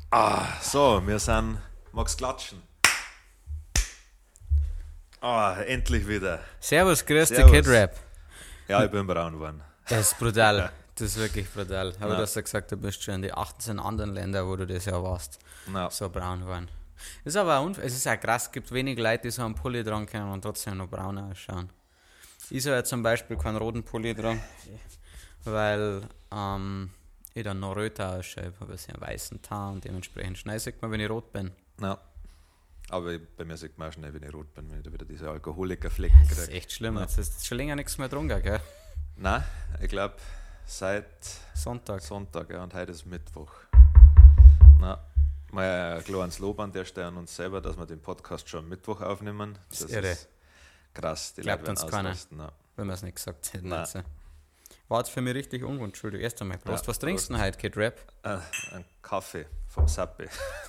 So, wir sind. Magst klatschen? Endlich wieder. Servus, grüß dich, Servus. Kid Rap. Ja, ich bin braun geworden. Das ist brutal. Das ist wirklich brutal. Aber Ja. du hast ja gesagt, du bist schon in die 18 anderen Länder, wo du das ja warst, Ja. so braun waren. Das ist aber es ist auch krass, es gibt wenig Leute, die so einen Pulli dran können und trotzdem noch braun ausschauen. Ich soll ja zum Beispiel keinen roten Pulli dran, weil ich dann noch röter ausschaue. Ich habe einen weißen Teint und dementsprechend schnell sieht man, wenn ich rot bin. Ja. Aber bei mir sieht man auch schnell, wenn ich rot bin, wenn ich da wieder diese Alkoholikerflecken Das ist kriege. echt schlimm. Ja. Jetzt ist schon länger nichts mehr getrunken, gell? Nein, ich glaube seit Sonntag. Sonntag, ja, und heute ist Mittwoch. Na, mal ein kleines Lob an der Stelle an uns selber, dass wir den Podcast schon am Mittwoch aufnehmen. Das ist irre. Krass, die Glaubt Leute werden uns keiner. ausrasten. Ja. Wenn wir es nicht gesagt hätten. Nein. Also. War jetzt für mich richtig ungewohnt. Entschuldigung, erst einmal. Prost, Ja, was trinkst du Prost. denn heute, Kid Rap? Ein Kaffee vom Sappi.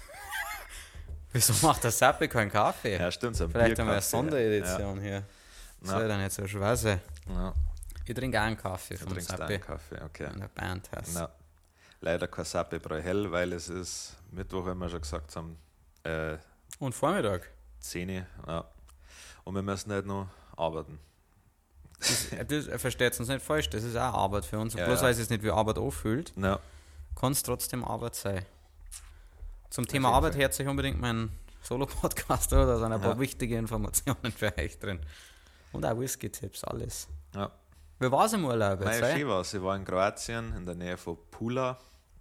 Wieso macht der Sappi keinen Kaffee? Ja, stimmt, so ein Vielleicht einmal eine Bierkaffee. Sonderedition hier. Das Ja. soll dann nicht so schwer sein. Ja, Ich trinke auch einen Kaffee du vom trinkst Sappi. einen Kaffee, okay. In der Band heißt. Na, leider kein Sappi Bräu hell, weil es ist Mittwoch, wie wir schon gesagt haben, Und Vormittag. 10 Uhr. Ja. Und wir müssen halt noch arbeiten. Das versteht uns nicht falsch, das ist auch Arbeit für uns. Ja, Bloß ja. weil es sich nicht wie Arbeit anfühlt, Ja, kann es trotzdem Arbeit sein. Zum Auf Thema jeden Arbeit Fall. hört sich unbedingt mein Solo-Podcast oder so ein paar Ja. wichtige Informationen für euch drin. Und auch Whisky-Tipps, alles. ja. Wie war es im Urlaub? Nein, Jetzt, schön war's. Ich war in Kroatien, in der Nähe von Pula.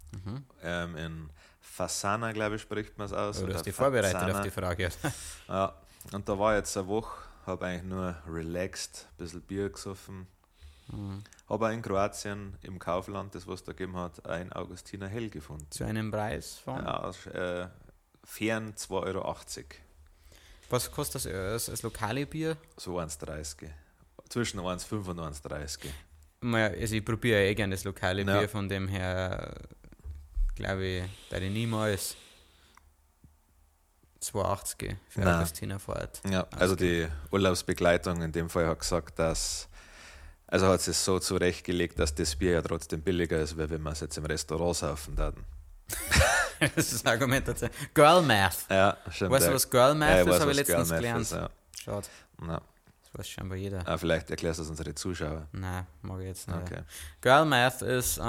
In Fasana, glaube ich, spricht man es aus. Du oder hast dich vorbereitet Fasana. auf die Frage. Ja, und da war ich jetzt eine Woche, habe eigentlich nur relaxed, ein bisschen Bier gesoffen. Habe auch in Kroatien im Kaufland, das was da gegeben hat, ein Augustiner Hell gefunden. Zu einem Preis von. Ja, fairen 2,80 Euro. Was kostet das lokale Bier? So 1,30. Zwischen 1,5 und 1,30. Also ich probiere ja gerne das lokale Ja. Bier, von dem her glaube ich, da ich niemals 2,80 für Nein. Augustinerfahrt. Ja, also die Urlaubsbegleitung in dem Fall hat gesagt, also hat es so zurechtgelegt, dass das Bier ja trotzdem billiger ist, weil wenn wir es jetzt im Restaurant saufen würden. Das ist Argumentation. Girl Math. Ja, stimmt. Weißt du, ja. was Girl Math Ja, ist? weiß, Habe ich was letztens Girl Math gelernt. ist, ja. Schaut, Ja. das weiß scheinbar jeder. Ah, vielleicht erklärst du es unsere Zuschauer. Nein, mag ich jetzt nicht. Okay. Girl Math ist,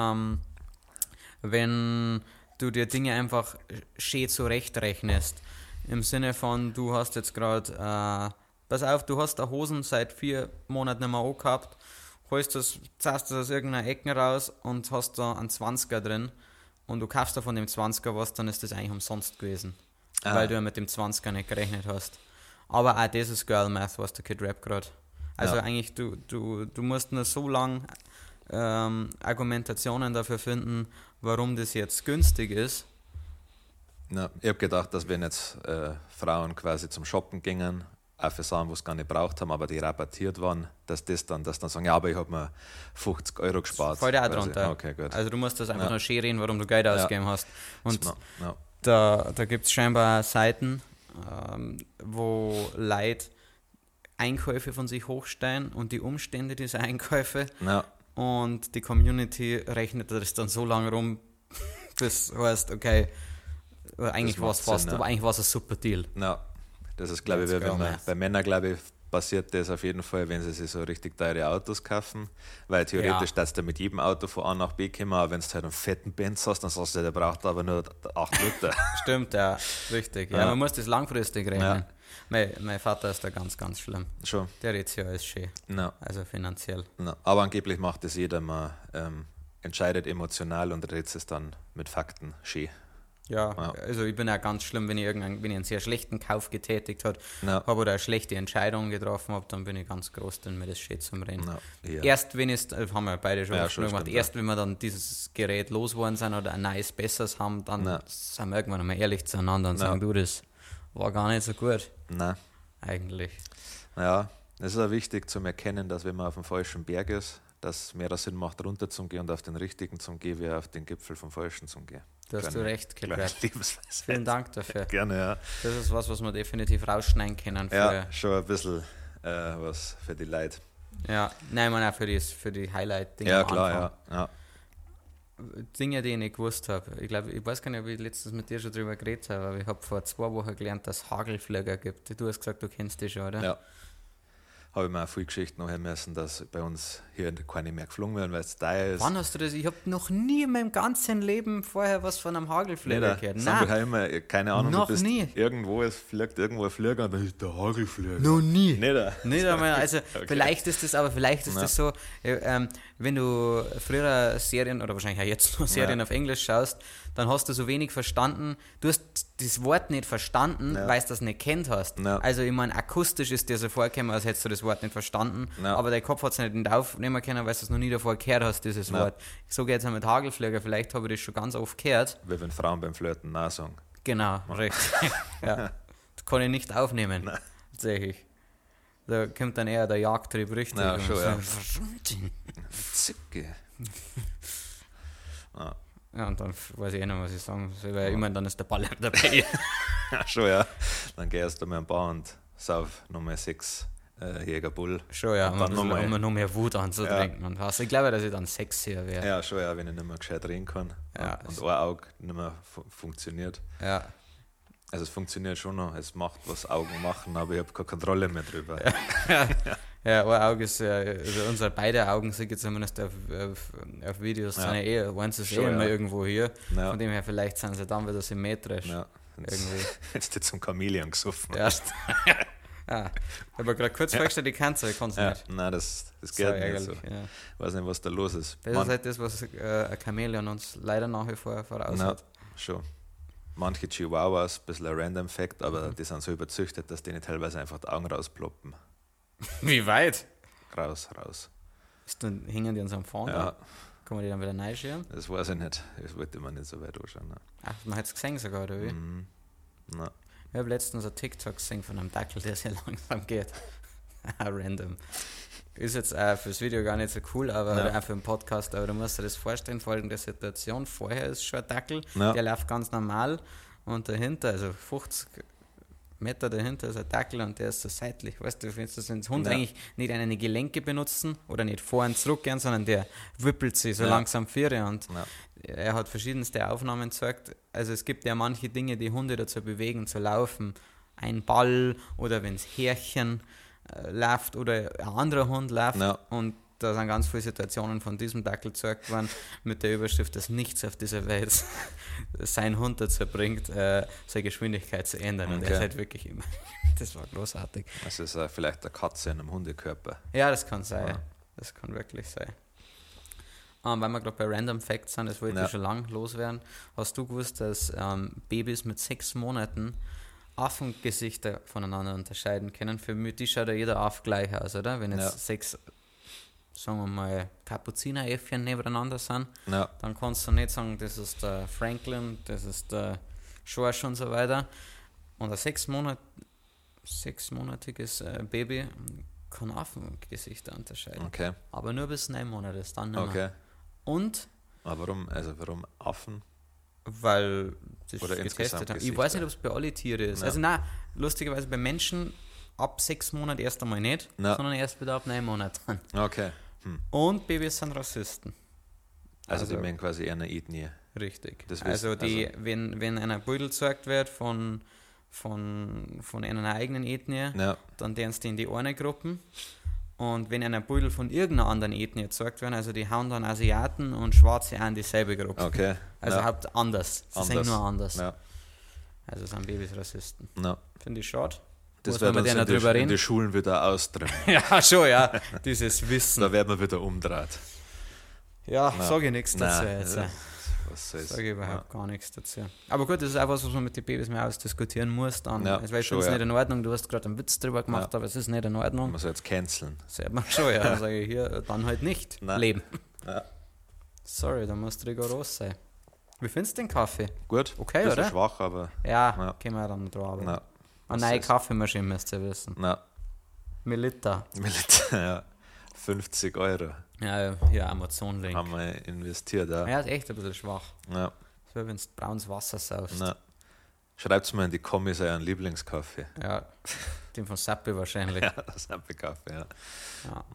wenn du dir Dinge einfach schön zurechtrechnest. Im Sinne von, du hast jetzt gerade, pass auf, du hast da Hosen seit 4 Monaten nicht mehr angehabt, holst das, zahlst das aus irgendeiner Ecke raus und hast da einen 20er drin und du kaufst da von dem 20er was, dann ist das eigentlich umsonst gewesen. Ah. Weil du ja mit dem 20er nicht gerechnet hast. Aber auch das ist Girl Math, was der Kid Rap gerade. Also Ja. eigentlich, du musst nur so lang Argumentationen dafür finden, warum das jetzt günstig ist. Ja, ich habe gedacht, dass wenn jetzt Frauen quasi zum Shoppen gingen, auch für Sachen, die sie gar nicht braucht haben, aber die rabattiert waren, dass dann sagen, ja, aber ich habe mir 50 Euro gespart. Fällt auch quasi. drunter. Okay, gut. Also du musst das einfach Ja. nur schön reden, warum du Geld ausgegeben hast. Und Ja. da gibt es scheinbar Seiten, wo Leute Einkäufe von sich hochstellen und die Umstände dieser Einkäufe Ja. und die Community rechnet das dann so lange rum, bis heißt, okay, eigentlich Das war es macht fast, Sinn, ja. aber eigentlich war es ein super Deal. Ja, das ist, glaube ich, Let's wie wenn go, man, man. bei Männern, glaube ich, passiert das auf jeden Fall, wenn sie sich so richtig teure Autos kaufen, weil theoretisch Ja. darfst du mit jedem Auto von A nach B kommen, aber wenn du halt einen fetten Benz hast, dann sagst du, der braucht aber nur 8 Liter. Stimmt, ja, richtig. Ja, Ja. man muss das langfristig rechnen. Ja. Mein Vater ist da ganz, ganz schlimm. Schon. Der redet ja alles schön, Ja. also finanziell. Ja. Aber angeblich macht das jeder, man entscheidet emotional und redet es dann mit Fakten schön. Ja, Ja. also ich bin ja ganz schlimm, wenn ich einen sehr schlechten Kauf getätigt habe Ja. oder eine schlechte Entscheidung getroffen habe, dann bin ich ganz groß, dann mir das schön zum Reden. Ja. Erst wenn es, haben wir beide schon Ja, oft schon gemacht, stimmt, erst wenn wir dann dieses Gerät losgeworden sind oder ein neues Besseres haben, dann Ja. sind wir irgendwann mal ehrlich zueinander und Ja. sagen, du, das war gar nicht so gut, Nein. eigentlich. Ja, es ist auch wichtig zu erkennen, dass wenn man auf dem falschen Berg ist, dass es mehr Sinn macht, runter zu gehen und auf den richtigen zu gehen, wie auf den Gipfel vom falschen zu gehen. Da hast du recht, Kid Kleine Rap. Lebensweisheit. Vielen Dank dafür. Gerne, ja. Das ist was wir definitiv rausschneiden können. Ja, schon ein bisschen was für die Leute. Ja, nein, man auch für die Highlight-Dinge. Ja, am klar, Anfang. ja. Dinge, die ich nicht gewusst habe. Ich glaube, ich weiß gar nicht, ob ich letztens mit dir schon drüber geredet habe, aber ich habe vor 2 Wochen gelernt, dass es Hagelflieger gibt. Du hast gesagt, du kennst die schon, oder? Ja. Habe ich mir auch viele Geschichten nachher müssen, dass bei uns hier keine mehr geflogen werden, weil es teuer ist. Wann hast du das? Ich habe noch nie in meinem ganzen Leben vorher was von einem Hagelflieger gehört. Nein. Immer, keine Ahnung, noch du bist nie. Irgendwo, es fliegt irgendwo ein Flieger und dann ist der Hagelflieger. Noch nie. Nicht einmal. Also Okay. vielleicht ist das so, wenn du früher Serien oder wahrscheinlich auch jetzt noch Serien auf Englisch schaust, dann hast du so wenig verstanden. Du hast das Wort nicht verstanden, weil du das nicht kennt hast. Ja. Also ich meine, akustisch ist dir so vorgekommen, als hättest du das Wort nicht verstanden, aber dein Kopf hat es nicht aufnehmen können, weil du es noch nie davor gehört hast, dieses Wort. So geht es auch mit Hagelflieger, vielleicht habe ich das schon ganz oft gehört. Wie wenn Frauen beim Flirten Nein sagen. Genau, richtig. Ja. Das kann ich nicht aufnehmen, tatsächlich. Da kommt dann eher der Jagdtrieb richtig. Ja, schon, ja. Zicke. Ja, und dann weiß ich eh nicht, was ich sagen soll, weil immer dann ist der Ball dabei. Ja, schon, ja. Dann gehst du mal ein Bar und sauf nochmal 6 Jägerbull. Schon, ja, und um noch mehr Wut anzutrinken. Und was. Ich glaube, dass ich dann sexier wäre. Ja, schon, ja, wenn ich nicht mehr gescheit reden kann. Ja, und ein Auge nicht mehr funktioniert. Ja. Also es funktioniert schon noch, es macht, was Augen machen, aber ich habe keine Kontrolle mehr drüber. Ja, ein Auge ist also unsere beide Augen sind jetzt zumindest auf Videos, sind eins ist schon, immer irgendwo hier. Ja. Von dem her, vielleicht sind sie dann wieder symmetrisch. Ja. Irgendwie. Jetzt zum Chamäleon gesoffen. Ja. Ich habe gerade kurz vorgestellt, ich kann es nicht. Nein, das geht nicht so. Ja. Ich weiß nicht, was da los ist. Das ist halt das, was ein Chamäleon uns leider nach wie vor voraus hat. Schon. Manche Chihuahuas, ein bisschen ein Random Fact, aber die sind so überzüchtet, dass denen teilweise einfach die Augen rausploppen. Wie weit? Raus. Dann hängen die an so einem Faden? Ja. Kann man die dann wieder reinschirmen? Das weiß ich nicht. Das wollte man nicht so weit anschauen. Ne? Ach, man hat es gesehen sogar, oder wie? Nein. Ich habe letztens ein TikTok gesehen von einem Dackel, der sehr langsam geht. Random. Ist jetzt fürs Video gar nicht so cool, aber auch für den Podcast. Aber du musst dir das vorstellen, folgende Situation. Vorher ist schon ein Dackel, der läuft ganz normal und dahinter, also 50 Meter dahinter ist ein Dackel und der ist so seitlich. Weißt du, wenn das Hund eigentlich nicht eine Gelenke benutzen oder nicht vor und zurück gehen, sondern der wippelt sich so langsam vor und er hat verschiedenste Aufnahmen gezeigt. Also es gibt ja manche Dinge, die Hunde dazu bewegen, zu laufen. Ein Ball oder wenn das Härchen läuft oder ein anderer Hund läuft und da sind ganz viele Situationen von diesem Dackel gezeigt worden mit der Überschrift, dass nichts auf dieser Welt seinen Hund dazu bringt, seine Geschwindigkeit zu ändern. Und er ist halt wirklich immer. Das war großartig. Das ist vielleicht eine Katze in einem Hundekörper. Ja, das kann sein. Ja. Das kann wirklich sein. Weil wir gerade bei Random Facts sind, das wollte ich schon lange loswerden. Hast du gewusst, dass Babys mit 6 Monaten Affengesichter voneinander unterscheiden können? Für mich schaut ja jeder Aff gleich aus, oder? Wenn jetzt 6, sagen wir mal, Kapuzineräffchen nebeneinander sind, dann kannst du nicht sagen, das ist der Franklin, das ist der Schorsch und so weiter. Und ein 6-monatiges Baby kann Affengesichter unterscheiden. Okay. Aber nur bis 9 Monate, ist dann nicht mehr. Okay. Und? Aber warum Affen? Weil das oder getestet haben. Ich weiß nicht, ob es bei allen Tieren ist. Also nein, lustigerweise bei Menschen ab 6 Monaten erst einmal nicht, sondern erst wieder ab 9 Monaten. Okay. Und Babys sind Rassisten. Also die meinen quasi eher eine Ethnie. Richtig. Wenn einer Beutel gezeigt wird von einer eigenen Ethnie, dann deren sie in die eine Gruppe. Und wenn einer Beutel von irgendeiner anderen Ethnie erzeugt werden, also die hauen dann Asiaten und Schwarze auch in dieselbe Gruppe. Okay. Also habt anders. Sie sind nur anders. Ja. Also sind Babys Rassisten. Ja. Finde ich schade. Das werden wir in die Schulen wieder austrennen. Ja, schon, ja. Dieses Wissen. Da werden wir wieder umdreht. Ja, sage ich nichts dazu jetzt. Was soll's? Sage ich überhaupt gar nichts dazu. Aber gut, das ist auch was man mit den Babys mehr ausdiskutieren muss. Dann. Ja, ich finde es nicht in Ordnung, du hast gerade einen Witz drüber gemacht, aber es ist nicht in Ordnung. Man soll jetzt canceln. Sagt man schon, ja. Dann sage ich hier, dann halt nicht leben. Ja. Sorry, da musst du rigoros sein. Wie findest du den Kaffee? Gut, okay, bisschen oder? Schwach, aber... Ja, können wir dann drauf arbeiten. Eine neue Kaffeemaschine müsst ihr wissen. Milita, ja. 50 €. Ja, hier Amazon-Link. Haben wir investiert, ja. Ja, ist echt ein bisschen schwach. Ja. So, wenn du braunes Wasser saufst. Schreibt's mir in die Kommis euren Lieblingskaffee. Ja, den von Sappi wahrscheinlich. Ja, der Sappi-Kaffee, ja.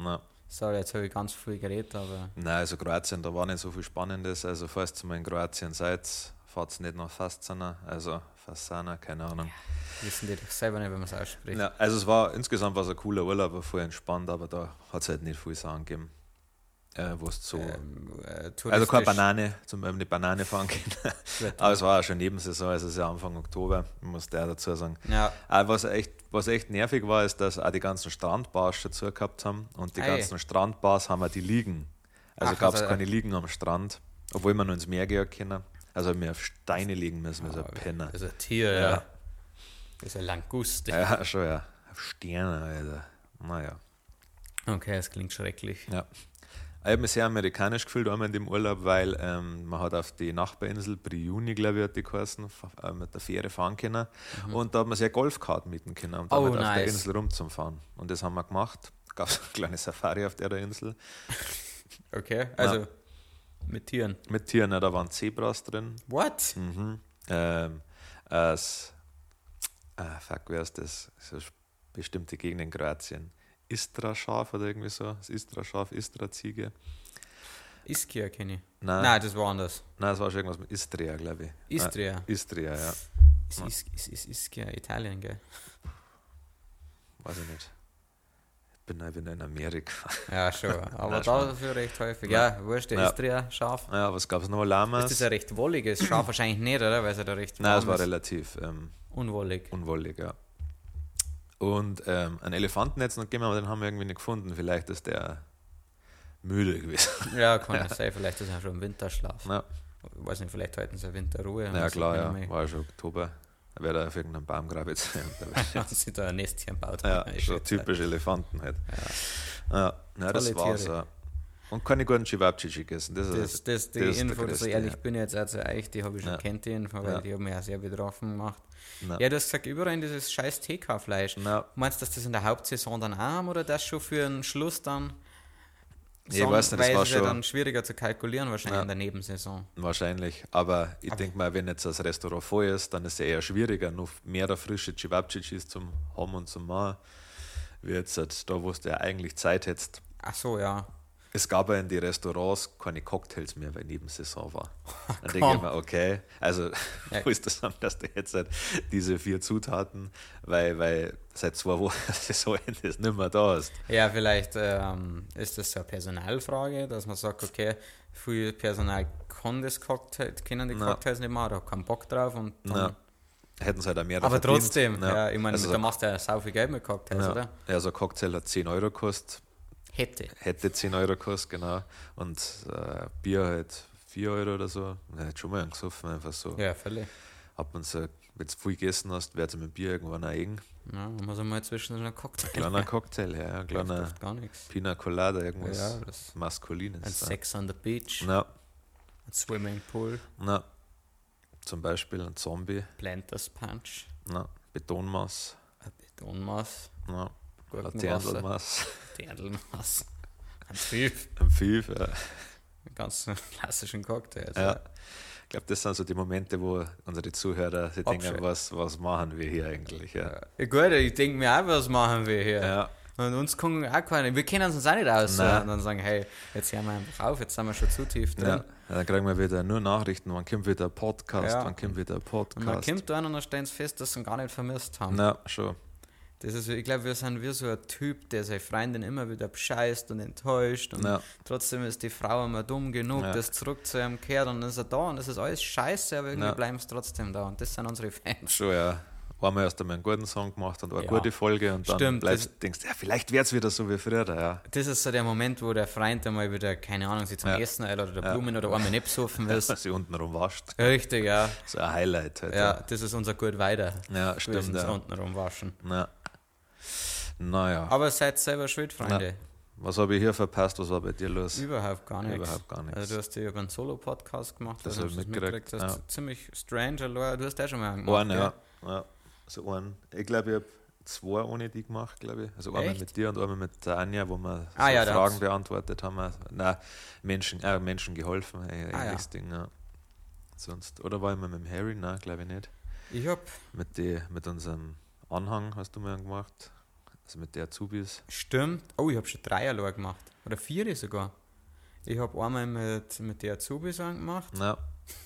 Sorry, jetzt habe ich ganz viel geredet, aber Nein, also Kroatien, da war nicht so viel Spannendes. Also falls ihr mal in Kroatien seid, fahrt nicht nach Fascana, also Fasana, keine Ahnung. wissen die doch selber nicht, wenn man es ausspricht. Ja, also es war insgesamt ein cooler Urlaub, war voll entspannt, aber da hat es halt nicht viel Sachen gegeben. Wo es so. Also keine Banane, zum Beispiel eine Banane fahren können. Aber es war ja schon Nebensaison, also es ist ja Anfang Oktober, muss der dazu sagen. Ja. Aber was echt nervig war, ist, dass auch die ganzen Strandbars schon zu gehabt haben und die ganzen Strandbars haben auch die Liegen. Also gab es keine Liegen am Strand, obwohl wir nur ins Meer gehen können. Also haben wir auf Steine liegen müssen, wie so ein Penner. Das ist ein Tier, ja. Das ist ein Languste. Ja, schon, ja. Auf Sterne, Alter. Naja. Okay, das klingt schrecklich. Ja. Ich habe mich sehr amerikanisch gefühlt einmal in dem Urlaub, weil man hat auf die Nachbarinsel Briuni, glaube ich, hat die geheißen, mit der Fähre fahren können. Und da hat man sehr Golfkarten mieten können, um damit auf der Insel rumzufahren. Und das haben wir gemacht. Gab es eine kleine Safari auf der Insel. Okay, also mit Tieren. Mit Tieren, ja, da waren Zebras drin. What? Fuck, wer ist das? So bestimmte Gegend in Kroatien. Istra-Schaf oder irgendwie so. Das Istra-Schaf, Istra-Ziege. Ischia kenne ich. Nein, das war anders. Nein, das war schon irgendwas mit Istria, glaube ich. Istria? Istria, ja. Ist Ischia Italien, gell? Weiß ich nicht. Ich bin in Amerika. Ja, schon. Aber dafür recht häufig. Ja, wurscht, der Istria, Schaf. Ja, was gab es noch? Lamas? Ist das ein recht wolliges Schaf? Wahrscheinlich nicht, oder? Weil es ja da recht Nein, es war relativ unwollig. Unwollig, ja. Und einen Elefanten jetzt noch gegeben, aber den haben wir irgendwie nicht gefunden. Vielleicht ist der müde gewesen. Ja, kann ja sein. Vielleicht ist er schon im Winterschlaf. Ja. Ich weiß nicht, vielleicht halten sie Winterruhe. Ja, klar, ja. War ja schon Oktober. Da wäre er auf irgendeinem Baum gerade jetzt. Haben sie da ein Nestchen gebaut. Ja, schon typisch Elefanten halt. Ja, das war's. Ja. Und keine guten Cevapcici gegessen. Das die Info, so ehrlich bin ich jetzt also euch, die habe ich schon kennt, die Info, weil die haben mich ja sehr betroffen gemacht. Ja, du hast gesagt, überall dieses scheiß TK-Fleisch. Meinst du, dass das in der Hauptsaison dann auch haben oder das schon für einen Schluss dann? Ich weiß nicht, das war schon dann schwieriger zu kalkulieren, wahrscheinlich in der Nebensaison. Wahrscheinlich, aber ich denke mal, wenn jetzt das Restaurant voll ist, dann ist es eher schwieriger, noch mehr frische Cevapcicis zum haben und zum machen, wie jetzt da, wo du ja eigentlich Zeit hättest. Ach so, ja. Es gab ja in die Restaurants keine Cocktails mehr, weil Nebensaison war. Dann denke ich mir, okay, also wo ist das dann, dass du jetzt halt diese 4 Zutaten, weil seit 2 Wochen Saisonende ist nicht mehr da ist. Ja, vielleicht ist das so eine Personalfrage, dass man sagt, okay, viel Personal kann das können die Cocktails nicht machen, oder keinen Bock drauf und dann hätten sie halt auch mehr aber verdient. Trotzdem, ich meine, also da machst du ja sau viel Geld mit Cocktails, oder? Ja, so ein Cocktail hat 10 Euro gekostet. Hätte 10 Euro gekostet, genau. Und Bier halt 4 Euro oder so. Man hat schon mal angesoffen, einfach so. Ja, völlig. Hat man so, wenn du viel gegessen hast, wird es mit Bier irgendwann auch eng. Ja, man muss einmal zwischen einen Cocktail. Kleiner Cocktail, ja. Ein kleiner Pina Colada, irgendwas Maskulines. Ein Sex on the Beach. Ja. Ein Swimmingpool. Ja. Zum Beispiel ein Zombie. Planters Punch. Ja. Betonmaß. Ein Betonmaß. Ja. Ein Dirndlmaß. Ein Pfiff. Ein Pfiff, ja. Einen ganz klassischen Cocktail. Ja. Ich glaube, das sind so die Momente, wo unsere Zuhörer sich denken, was machen wir hier eigentlich? Ja, gut, ich denke mir auch, was machen wir hier? Ja. Und uns gucken auch keine, wir kennen uns auch nicht aus. Und dann sagen, hey, jetzt hören wir einfach auf, jetzt sind wir schon zu tief drin. Ja, dann kriegen wir wieder nur Nachrichten, wann kommt wieder ein Podcast, wann kommt wieder ein Podcast. Und dann kommt einer und dann stellen sie fest, dass sie ihn gar nicht vermisst haben. Ja, schon. Das ist, ich glaube, wir sind wie so ein Typ, der seine Freundin immer wieder bescheißt und enttäuscht und trotzdem ist die Frau immer dumm genug, dass zurück zu ihm kehrt und dann ist er da und das ist alles scheiße, aber irgendwie bleiben sie trotzdem da und das sind unsere Fans. Schon, ja. Einmal erst einmal einen guten Song gemacht und eine gute Folge und dann denkst du, vielleicht wird es wieder so wie früher. Ja. Das ist so der Moment, wo der Freund einmal wieder, keine Ahnung, sich zum Essen oder der Blumen oder einmal nicht besoffen will. Sie unten rum wascht. Richtig, ja. So ein Highlight halt. Ja, das ist unser gut weiter. Ja, stimmt. Wir unten rum waschen. Ja. Naja. Aber seid selber schuld, Freunde. Was habe ich hier verpasst? Was war bei dir los? Überhaupt gar nichts. Also du hast dir über einen Solo-Podcast gemacht. Das habe ich mitgekriegt. Das ist ziemlich strange. Du hast auch schon mal gemacht. Ja. So einen. Ich glaube, ich habe 2 ohne die gemacht, glaube ich. Also einmal mit dir und einmal mit der Anja, wo wir Fragen beantwortet haben. Nein, Menschen geholfen. Das Ding, ja. Sonst. Oder war ich mal mit dem Harry? Nein, glaube ich nicht. Ich habe mit unserem Anhang hast du mir gemacht. Also mit der Azubis. Stimmt. Oh, ich habe schon 3 allein gemacht. Oder 4 sogar. Ich habe einmal mit der Azubis angemacht. Ja.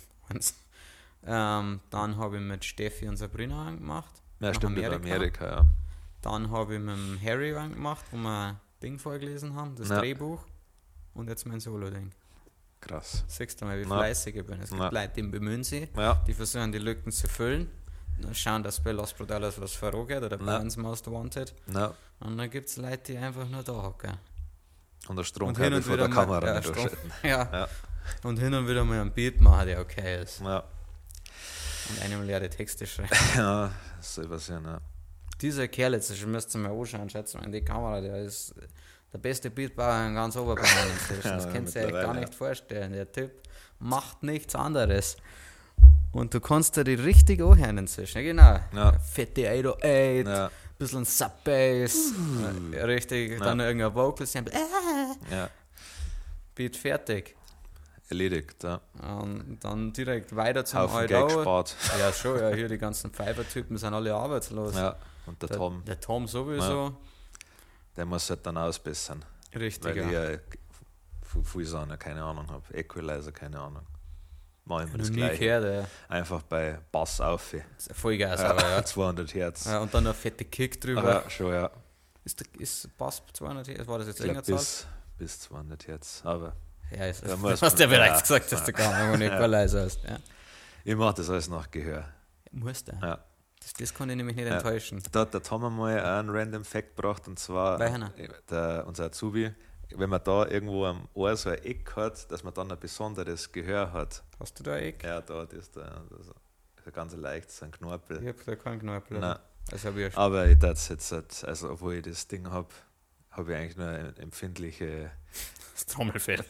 Dann habe ich mit Steffi und Sabrina angemacht. Ja, nach stimmt, über Amerika, ja. Dann habe ich mit dem Harry angemacht, wo wir ein Ding vorgelesen haben, das Drehbuch. Und jetzt mein Solo-Ding. Krass. Siehst du mal, wie fleißig ich bin. Es gibt Leute, die bemühen sich, die versuchen die Lücken zu füllen. Dann schauen, dass bei Los Brutales was vorgeht oder bei uns Most Wanted. Ja. Und dann gibt es Leute, die einfach nur da hocken. Und der Stromkabel vor der Kamera nicht durchschalten. Ja. Und hin und wieder mal ein Beat machen, der okay ist. Ja. Und einem leere Texte schreiben. Ja, so was ja, ne. Dieser Kerl, jetzt müsst ihr mal anschauen, schätze mal in die Kamera, der ist der beste Beatbauer in ganz Oberbayern inzwischen. Das könnt ihr euch gar nicht vorstellen. Der Typ macht nichts anderes. Und du kannst dir die richtig anhören inzwischen. Ja, genau. Ja. Fette 808, Ja. bisschen Sub-Bass, richtig, dann irgendein Vocal-Sample. Ja. Beat fertig. Erledigt, ja. Und dann direkt weiter zum Haufen Geld Alter. gespart. Ja, schon, ja, hier die ganzen Pfeifer-Typen sind alle arbeitslos. Ja, und der Tom, Der Tom sowieso. der muss halt dann ausbessern. Richtig, Weil ja. ich viel Sachen keine Ahnung habe. Equalizer, keine Ahnung. Mach immer Noch das nie Gleiche. gehört, ja. Einfach bei Bass auf. Vollgas, aber ja. 200 Hertz. Ja, und dann eine fette Kick drüber. Ja, schon, ja. Ist Bass 200 Hertz? War das jetzt Ich glaub, irgendeine Zahl? bis 200 Hertz. Aber Ja, ist da das, muss hast du ja man- bereits ja. gesagt, dass du gar nicht Equalizer hast. Ja. ich mache das alles nach Gehör. Musst du. Ja. Das kann ich nämlich nicht Ja. enttäuschen. Da hat der Tom einmal einen random Fact gebracht, und zwar unser Azubi, wenn man da irgendwo am Ohr so ein Eck hat, dass man dann ein besonderes Gehör hat. Hast du da ein Eck? Ja, da ist da ist ganz leicht, so ein Knorpel. Ich hab da keinen Knorpel. Nein. Das habe ich ja schon. Aber ich darf jetzt, also obwohl ich das Ding habe ich eigentlich nur ein Das Trommelfell.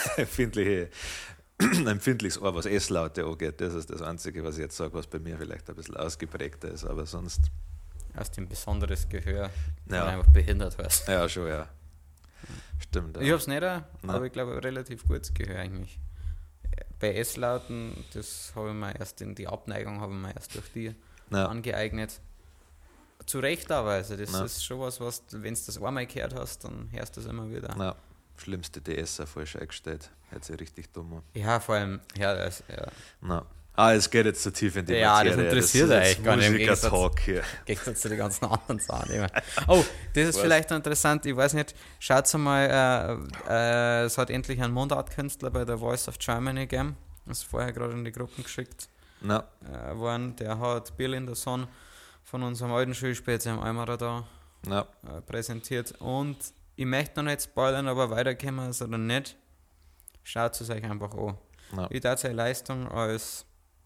empfindliches Ohr, was S-Laute angeht. Das ist das Einzige, was ich jetzt sage, was bei mir vielleicht ein bisschen ausgeprägter ist. Aber sonst, Hast du ein besonderes Gehör, wenn Ja. du einfach behindert warst. ja, schon, ja. Stimmt. Ich Ja. hab's nicht, aber ich glaube relativ gutes Gehör eigentlich. Bei S-Lauten, das habe ich mir erst die Abneigung habe ich mir erst durch die Ja. angeeignet. Zu Recht aber, also das Ja. ist schon was, wenn du das einmal gehört hast, dann hörst du das immer wieder. Ja. Schlimmste DSer falsch eingestellt. Hört sich richtig dumm an. Ja, vor allem, ja, ja. Na. Es geht jetzt zu tief in die Ja, das Materie. interessiert ist euch jetzt gar nicht im Musiker-Talk hier. Gegensatz zu den ganzen anderen Sachen. Immer. Oh, das ist vielleicht noch interessant, ich weiß nicht, schaut mal, es hat endlich einen Mundartkünstler bei der Voice of Germany gegeben, das ist vorher gerade in die Gruppen geschickt Na, worden, der hat Bill in the Sun von unserem alten Schulspezi am Eimerer da na, präsentiert und ich möchte noch nicht spoilern, aber weiterkommen ist oder nicht, schaut es euch einfach an. na. Ich darf seine Leistung als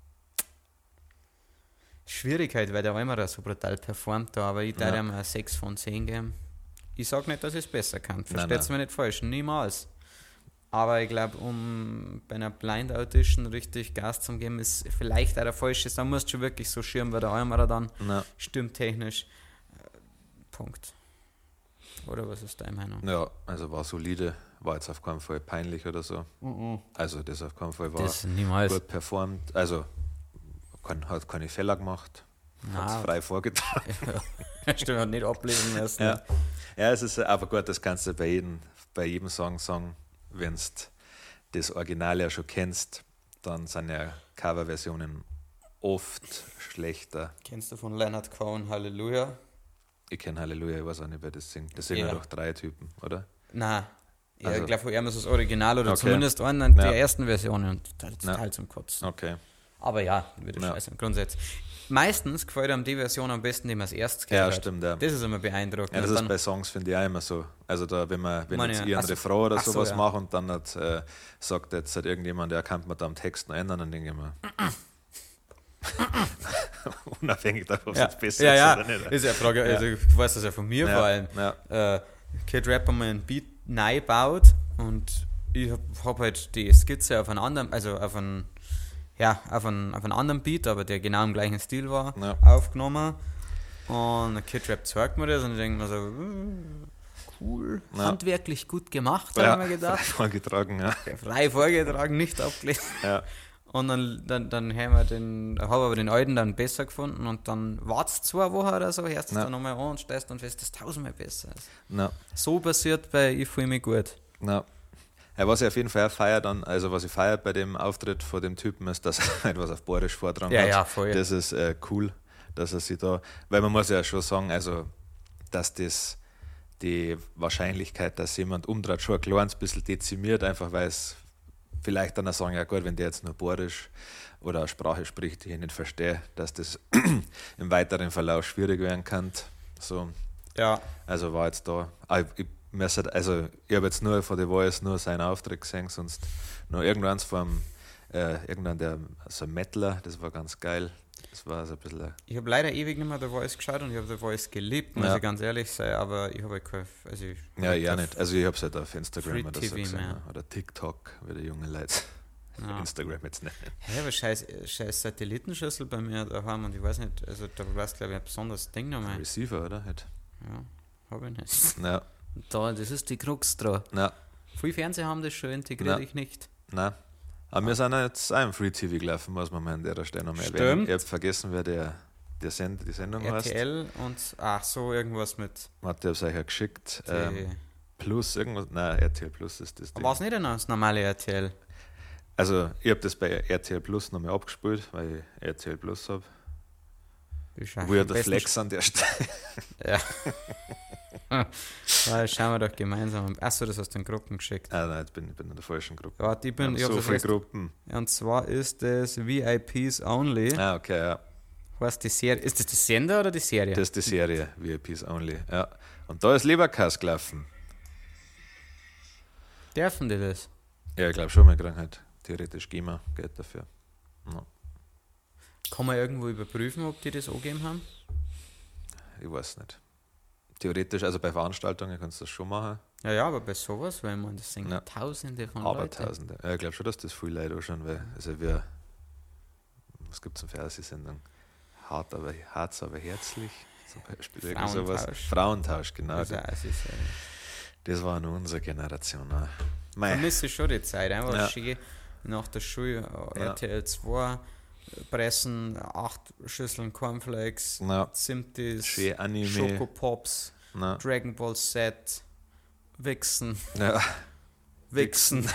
Schwierigkeit, weil der Eimerer so brutal performt da, aber ich darf Ja. ihm eine 6 von 10 geben. Ich sage nicht, dass ich es besser kann, Nein, versteht es nein. mir nicht falsch, niemals. Aber ich glaube, um bei einer Blind Audition richtig Gas zu geben, ist vielleicht auch der falsche. Da musst du schon wirklich so schirmen, weil der Eimerer dann Na. stimmtechnisch. Punkt. Oder was ist deine Meinung? Ja, also war solide, war jetzt auf keinen Fall peinlich oder so. Also das auf keinen Fall war Das niemals. gut performt. Also hat keine Fehler gemacht, hat es Nein, frei vorgetragen. stimmt, hat nicht ablesen müssen. Ja. Ja, es ist aber gut, das kannst du bei jedem Song sagen, wenn du das Original ja schon kennst, dann sind ja Coverversionen oft schlechter. Kennst du von Leonard Cohen Halleluja? Ich kenne Halleluja, ich weiß auch nicht, wer das singt. Das sind ja Ja. doch 3 Typen, oder? Nein. Ja, Also- ich glaube, von ihm ist das Original oder Okay. zumindest einen der Ja. ersten Versionen. Und das ist Ja. Teil zum Kotzen. Okay. Aber ja, würde Ja. scheiße. Grundsätzlich. Meistens gefällt einem die Version am besten, die man als erstes Ja, gehört hat. stimmt, ja. Das ist immer beeindruckend. Ja, das Und ist dann, bei Songs, finde ich auch immer so. Also da, wenn Meine, jetzt ich einen ach so. Refrain oder Ach so, sowas ja. mache und dann hat, sagt jetzt halt irgendjemand, der kann man da am Text noch ändern, dann denke ich mir, unabhängig davon, ob es ja, jetzt besser ja, ist oder ja, nicht. ist ja eine Frage, also ich weiß das ja von mir Ja, vor allem. ja. Kid Rapper mal einen Beat neu baut und ich hab halt die Skizze auf einen anderen, also auf einen anderen Beat, aber der genau im gleichen Stil war, Ja. aufgenommen. Und der Kid Rap zeigt mir das und ich denke mir so, cool, Ja. handwerklich gut gemacht, Ja, habe ich mir gedacht. vorgetragen, ja. Frei vorgetragen, nicht abgelesen. Ja. Und dann haben wir aber den alten dann besser gefunden und dann wartest 2 Wochen oder so, hörst du es dann nochmal an und stellst dann fest, dass es 1000-mal besser ist. Na, So passiert bei Ich fühle mich gut. na. Ja, was ich auf jeden Fall auch feiere dann, also was ich feiere bei dem Auftritt von dem Typen ist, dass er etwas auf Bayerisch vortragen hat. Ja, voll. Das ist cool, dass er sich da, weil man muss ja schon sagen, also dass das die Wahrscheinlichkeit, dass jemand umdreht, schon ein kleines bisschen dezimiert, einfach weil es vielleicht dann auch sagen, ja gut, wenn der jetzt nur Bayerisch oder eine Sprache spricht, die ich nicht verstehe, dass das im weiteren Verlauf schwierig werden kann. So, Ja. also war jetzt da. Ich habe jetzt nur von The Voice nur seinen Auftritt gesehen, sonst noch irgendwann vom so ein Metaler, das war ganz geil. Das war so ein bisschen. Ich habe leider ewig nicht mehr The Voice geschaut und ich habe The Voice geliebt, muss ich ganz ehrlich sein, aber ich habe halt kein. Ja, nicht. Also ich habe es halt auf Instagram Free oder so TV gesehen. mehr. Oder TikTok, wie die jungen Leute Instagram jetzt nennen. Hä, aber scheiß Satellitenschüssel bei mir daheim und ich weiß nicht, also da war es glaube ich ein besonderes Ding nochmal. Receiver, oder? Ja, habe ich nicht. Ja. Das ist die Krux dran. Na, Viele Fernseher haben das schon integriert, Ja. ich nicht. na. Aber wir sind jetzt auch im Free TV gelaufen, muss man mal an der Stelle noch mal Stimmt. erwähnen. Ich habe vergessen, wer die Sendung heißt. RTL und so irgendwas mit. Warte, ich habe es euch ja geschickt. Die- Plus irgendwas. Nein, RTL Plus ist das Ding. War es nicht das normale RTL? Also, ich habe das bei RTL Plus nochmal abgespielt, weil ich RTL Plus habe. Weirder Flex an der Stelle. Ja. Schauen wir doch gemeinsam. Achso, das hast du in Gruppen geschickt. Nein, jetzt bin ich in der falschen Gruppe. Ja, ich Wir haben hab so das viele erst- Gruppen. Und zwar ist das VIPs Only. Ah, okay, ja. Was die Serie? Ist das die Sender oder die Serie? Das ist die Serie, VIPs Only. Ja. Und da ist Leberkass gelaufen. Dürfen die das? Ja, ich glaube schon, wir kriegen halt theoretisch GEMA Geld dafür. Ja. Kann man irgendwo überprüfen, ob die das angegeben haben? Ich weiß nicht. Theoretisch, also bei Veranstaltungen kannst du das schon machen. Ja, aber bei sowas, weil man das sind Ja. Tausende von Aber Leuten. Tausende. Ja, ich glaube schon, dass das viele Leute anschauen, weil, also was gibt es in Fernsehsendung? Hart, aber herzlich, zum Beispiel. Irgend sowas. Frauentausch. Frauentausch, genau. Also, es ist, Das war nur unsere Generation. Auch. Mei. vermisse schon die Zeit. Einfach Ja. schön nach der Schule, RTL 2, pressen, 8 Schüsseln Cornflakes, Na, Zimtis, schön Anime. Schokopops, Na, Dragon Ball Z, Wichsen, ja. Wichsen.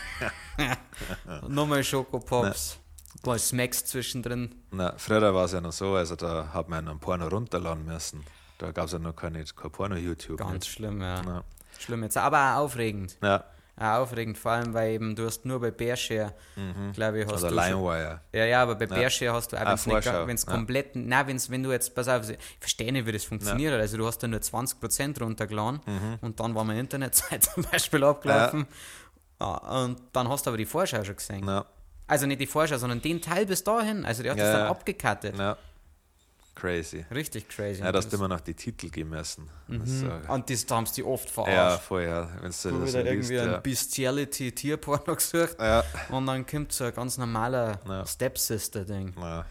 Nochmal Schokopops. Ein paar Smacks zwischendrin. Na, früher war es ja noch so, also da hat man einen Porno runterladen müssen. Da gab es ja noch kein Porno-YouTube. Ganz nicht. schlimm, ja. Na, Schlimm jetzt, aber auch aufregend. ja, Auch aufregend, vor allem, weil eben du hast nur bei Bearshare, glaube ich, hast also du schon, LimeWire. ja, aber bei Bearshare hast du auch, Vorschau, wenn es ja. komplett, nein, wenn du jetzt, pass auf, ich verstehe nicht, wie das funktioniert, also du hast da nur 20% runtergeladen und dann war meine Internetzeit zum Beispiel abgelaufen und dann hast du aber die Vorschau schon gesehen. Na, Also nicht die Vorschau, sondern den Teil bis dahin, also der hat das Ja, dann ja. abgekattet. na, crazy. Richtig crazy. Ja, da hast du immer noch die Titel geben müssen. Das ist so- Und da haben sie die oft ja, verarscht. voll, ja. Wenn du Du das wieder so liest, irgendwie ja. ein Bestiality-Tierporno gesucht Ja, und dann kommt so ein ganz normaler Ja. Stepsister-Ding. ja.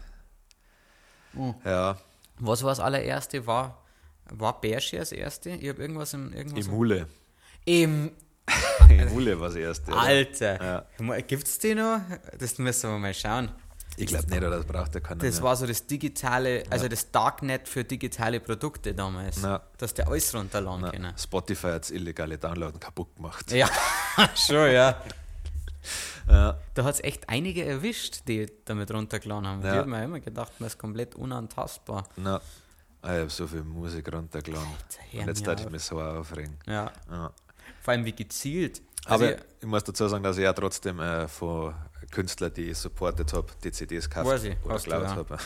Oh. Ja, Was war das allererste? War Bearshare das erste? Ich habe irgendwas Emule. Im Emule war das erste. oder? Alter. Gibt's die noch? Das müssen wir mal schauen. Ich glaube nicht, oder das braucht ja keiner Das mehr. war so das digitale, also das Darknet für digitale Produkte damals. Ja. Dass der alles runterladen Na, können. Spotify hat das illegale Downloaden kaputt gemacht. Ja, schon, ja. Ja, Da hat es echt einige erwischt, die damit runtergeladen haben. Ja. Die haben mir immer gedacht, man ist komplett unantastbar. na, ich habe so viel Musik runtergeladen. hör Und jetzt mir darf ich auf. mich so aufregen. Ja. Ja. Vor allem wie gezielt. Also Aber ich muss dazu sagen, dass ich ja trotzdem von Künstlern, die ich supportet habe, die CDs gekauft Weiß ich, oder hast du, geklaut ja. habe.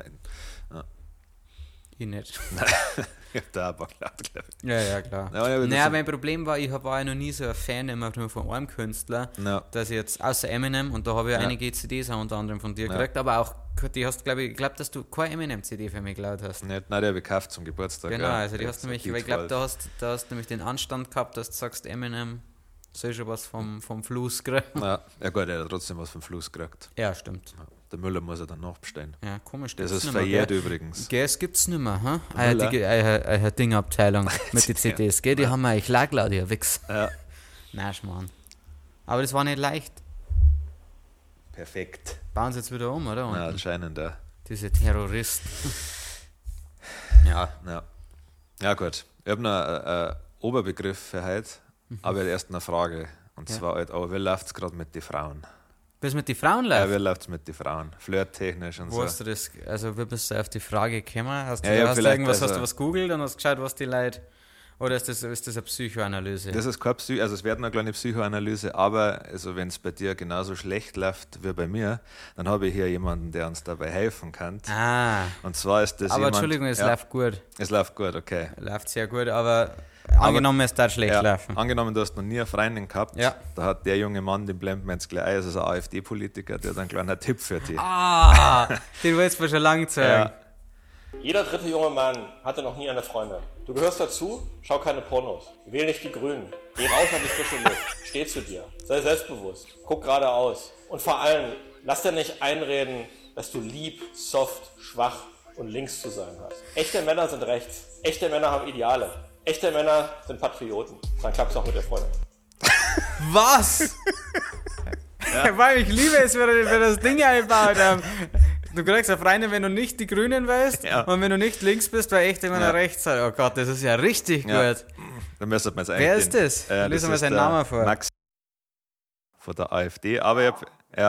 ich nicht. Ich habe da ein paar geklaut, glaube ich. Ja, klar. Ja, aber das Naja, sind- mein Problem war, war ja noch nie so ein Fan immer nur von einem Künstler, Ja. dass ich jetzt, außer Eminem, und da habe ich Ja. einige CDs auch unter anderem von dir Ja. gekriegt, aber auch, die hast, glaube ich, dass du keine Eminem-CD für mich geklaut hast. Nicht, nein, die habe ich gekauft zum Geburtstag. Genau, ja. also die Jetzt hast nämlich, Beat weil ich glaube, Wolf. da hast du nämlich den Anstand gehabt, dass du sagst, Eminem soll schon was vom Fluss kriegen. Ja gut, er hat trotzdem was vom Fluss gekriegt. Ja, stimmt. Ja. Der Müller muss er dann nachbestellen. Ja, komisch. Das gibt's ist nicht mehr, verjährt gell? übrigens. Gell, es gibt's nicht mehr, ha? Müller? Eine Dingabteilung mit den CDs, gell? Die haben wir eigentlich laut, ihr Wichs. Ja. Nein, Schmarrn. Aber das war nicht leicht. perfekt. Bauen sie jetzt wieder um, oder? Ja, anscheinend, ja. Diese Terroristen. Ja. Ja, gut. Ich habe noch einen Oberbegriff für heute, aber erst eine Frage. Und zwar halt, aber wie läuft es gerade mit den Frauen? Wie es mit den Frauen läuft? Ja, wie läuft es mit den Frauen? Flirttechnisch und Wo hast du das, also wie bist du auf die Frage gekommen? Hast du, Ja, hast du vielleicht, hast du was googelt und hast geschaut, was die Leute, oder ist das eine Psychoanalyse? Das ist keine also es wird eine kleine Psychoanalyse, aber also wenn es bei dir genauso schlecht läuft wie bei mir, dann habe ich hier jemanden, der uns dabei helfen kann. Und zwar ist das aber jemand... Entschuldigung, es läuft gut. Es läuft gut, okay. Läuft sehr gut, aber angenommen, es darf schlecht laufen. Angenommen, du hast noch nie eine Freundin gehabt, da hat der junge Mann, den blenden wir jetzt gleich ein, das ist ein AfD-Politiker, der hat einen kleinen Tipp für dich. Den wolltest du mir schon lange zeigen. Ja. Jeder dritte junge Mann hatte noch nie eine Freundin. Du gehörst dazu, schau keine Pornos. Wähl nicht die Grünen. Geh raus an die frische Luft. Steh zu dir. Sei selbstbewusst. Guck geradeaus. Und vor allem, lass dir nicht einreden, dass du lieb, soft, schwach und links zu sein hast. Echte Männer sind rechts. Echte Männer haben Ideale. Echte Männer sind Patrioten. Dann klappt's auch mit der Freundin. Was? Weil ich liebe es, wenn wir das Ding eingebaut haben. Du kriegst eine Freundin, wenn du nicht die Grünen weißt und wenn du nicht links bist, weil echt immer rechts sein. Oh Gott, das ist ja richtig gut. Dann müsste man es eigentlich. Wer ist das? Lesen wir seinen Namen vor. Max von der AfD. Aber ich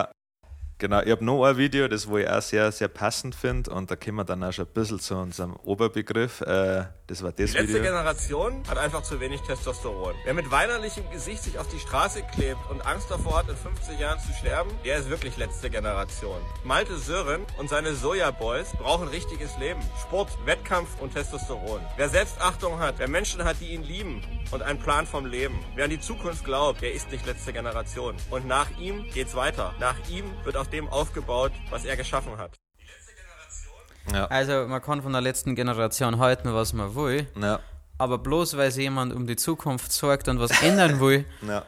habe noch ein Video, das wo ich auch sehr, sehr passend finde und da kommen wir dann auch schon ein bisschen zu unserem Oberbegriff. Das war das Die letzte Video. Generation hat einfach zu wenig Testosteron. Wer mit weinerlichem Gesicht sich auf die Straße klebt und Angst davor hat, in 50 Jahren zu sterben, der ist wirklich letzte Generation. Malte Sören und seine Soja-Boys brauchen richtiges Leben. Sport, Wettkampf und Testosteron. Wer Selbstachtung hat, wer Menschen hat, die ihn lieben und einen Plan vom Leben. Wer an die Zukunft glaubt, der ist nicht letzte Generation. Und nach ihm geht's weiter. Nach ihm wird auf dem aufgebaut, was er geschaffen hat. Ja. Also man kann von der letzten Generation halten, was man will, aber bloß weil sich jemand um die Zukunft sorgt und was ändern will.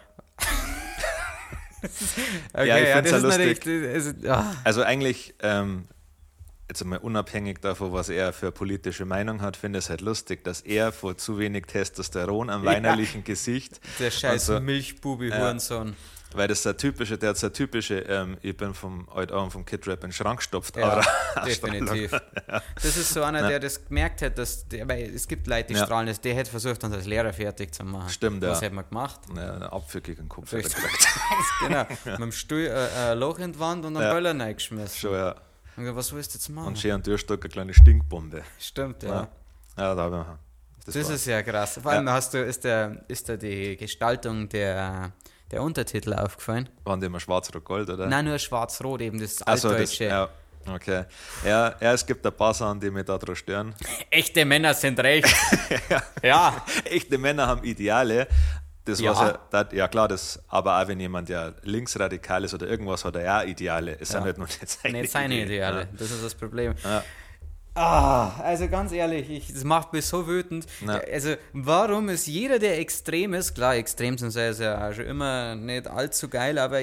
Okay, ich finde es lustig. Also eigentlich, jetzt einmal unabhängig davon, was er für politische Meinung hat, finde ich es halt lustig, dass er vor zu wenig Testosteron am weinerlichen Gesicht... Der scheiß Milchbubi-Hurensohn. Weil das ist der typische, ich bin vom Kid-Rap in den Schrank gestopft. Ja, definitiv. Das ist so einer, der das gemerkt hat, weil es gibt Leute, die strahlen das, der hätte versucht, uns als Lehrer fertig zu machen. Stimmt, Was hätte man gemacht? Ja, eine Apfel gegen den Kopf. Genau, mit dem Stuhl ein Loch in die Wand und einen Böller reingeschmissen. Schon, ja. Und was willst du jetzt machen? Und schön an Türstock eine kleine Stinkbombe. Stimmt, ja. Ja, da haben wir. Das ist ja krass. Vor allem ist da die Gestaltung der Untertitel aufgefallen? Waren die immer schwarz-rot-gold, oder? Nein, nur schwarz-rot, eben das Altdeutsche. Ja, okay. Ja, es gibt ein paar Sachen, die mich daran stören. Echte Männer sind recht. Ja. Echte Männer haben Ideale. Das ja klar, aber auch wenn jemand ja linksradikal ist oder irgendwas, hat er ja Ideale. Es sind halt nur nicht seine Ideale. Ja. Das ist das Problem. Ja. Also ganz ehrlich, das macht mich so wütend. Ja. Also warum ist jeder, der extrem ist, klar, extrem sind sie ja schon immer nicht allzu geil, aber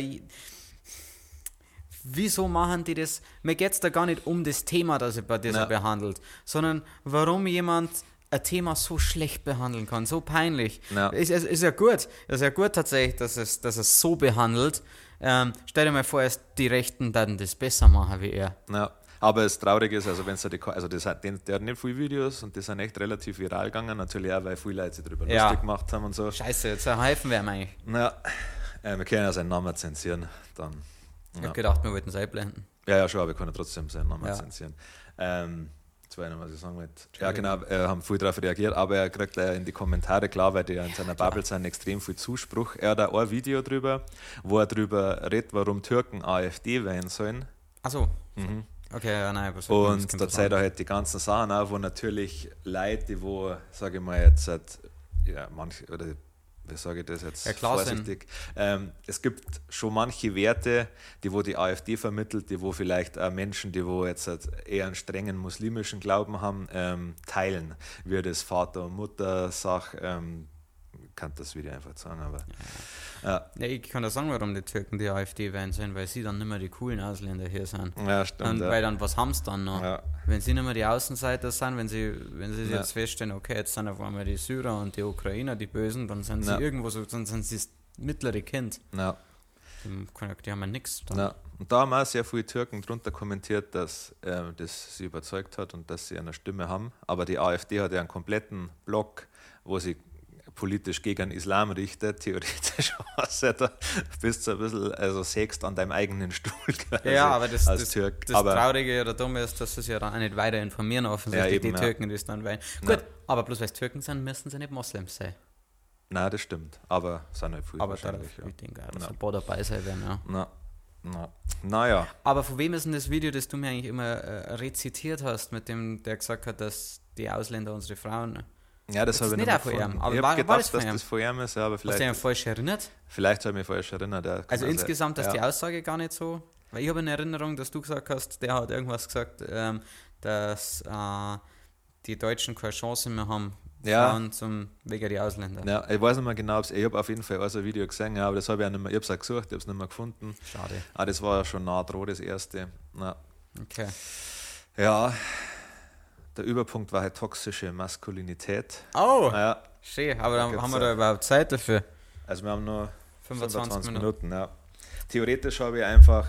wieso machen die das? Mir geht es da gar nicht um das Thema, das er behandelt, sondern warum jemand ein Thema so schlecht behandeln kann, so peinlich. Ja. Ist ja gut tatsächlich, dass es so behandelt. Stell dir mal vor, die Rechten dann das besser machen wie er. Ja. Aber das Traurige ist, also wenn es der hat nicht viele Videos und die sind echt relativ viral gegangen, natürlich auch, weil viele Leute sich darüber lustig gemacht haben und so. Scheiße, jetzt helfen wir ihm eigentlich. Ja, wir können ja seinen Namen zensieren. Dann, Ich habe gedacht, wir wollten es einblenden. Ja, schon, aber wir können trotzdem seinen Namen zensieren. Jetzt weiß ich nicht, was ich sagen wollte. Ja, genau, haben viel darauf reagiert, aber er kriegt in die Kommentare, klar, weil die ja in seiner Bubble sind, extrem viel Zuspruch. Er hat auch ein Video drüber, wo er drüber redet, warum Türken AfD wählen sollen. Ach so. Okay, ja, nein. Und da zeigt er halt die ganzen Sachen auch, wo natürlich Leute, die wo, sage ich mal jetzt, manche, oder wie sage ich das jetzt vorsichtig, es gibt schon manche Werte, die wo die AfD vermittelt, die wo vielleicht auch Menschen, die wo jetzt eher einen strengen muslimischen Glauben haben, teilen, wie das Vater- und Mutter-Sach, kann das Video einfach sagen, aber ja, ich kann ja sagen, warum die Türken die AfD wählen sollen, weil sie dann nicht mehr die coolen Ausländer hier sind. Ja, stimmt. Weil dann, was haben sie dann noch? Ja. Wenn sie nicht mehr die Außenseiter sind, wenn sie jetzt feststellen, okay, jetzt sind auf einmal die Syrer und die Ukrainer die Bösen, dann sind sie irgendwo so, dann sind sie das mittlere Kind. Ja. Die haben ja nichts. Ja, Und da haben auch sehr viele Türken drunter kommentiert, dass das sie überzeugt hat und dass sie eine Stimme haben. Aber die AfD hat ja einen kompletten Block, wo sie politisch gegen den Islam richtet. Theoretisch da bist du ein bisschen, also sägst an deinem eigenen Stuhl. Ja, aber das Türk. Traurige oder Dumme ist, dass sie sich ja dann auch nicht weiter informieren, offensichtlich, die Türken, die es dann wollen. Gut, aber bloß weil es Türken sind, müssen sie nicht Moslems sein. Nein, das stimmt. Aber es sind halt viele aber wahrscheinlich. Ich denke auch, dass ein paar dabei sein werden, ja. Naja. Aber von wem ist denn das Video, das du mir eigentlich immer rezitiert hast, mit dem, der gesagt hat, dass die Ausländer unsere Frauen... Ja, das habe ich nicht auch von ihm. Aber ich habe gedacht, dass das von ihm ist, ja, aber vielleicht... Hast du dich falsch erinnert? Vielleicht habe ich mich falsch erinnert. Ja. Also insgesamt, dass die Aussage gar nicht so... Weil ich habe eine Erinnerung, dass du gesagt hast, der hat irgendwas gesagt, dass die Deutschen keine Chance mehr haben, Frauen wegen die Ausländer. Ja, ich weiß nicht mehr genau, ich habe auf jeden Fall auch ein Video gesehen, aber das habe ich auch nicht mehr, ich habe es auch gesucht, ich habe es nicht mehr gefunden. Schade. Das war ja schon nah dran, das erste. Ja. Okay. Ja, der Überpunkt war halt toxische Maskulinität. Oh, ja. Schön, aber dann haben wir da überhaupt Zeit dafür? Also wir haben nur 25 Minuten. Ja. Theoretisch habe ich einfach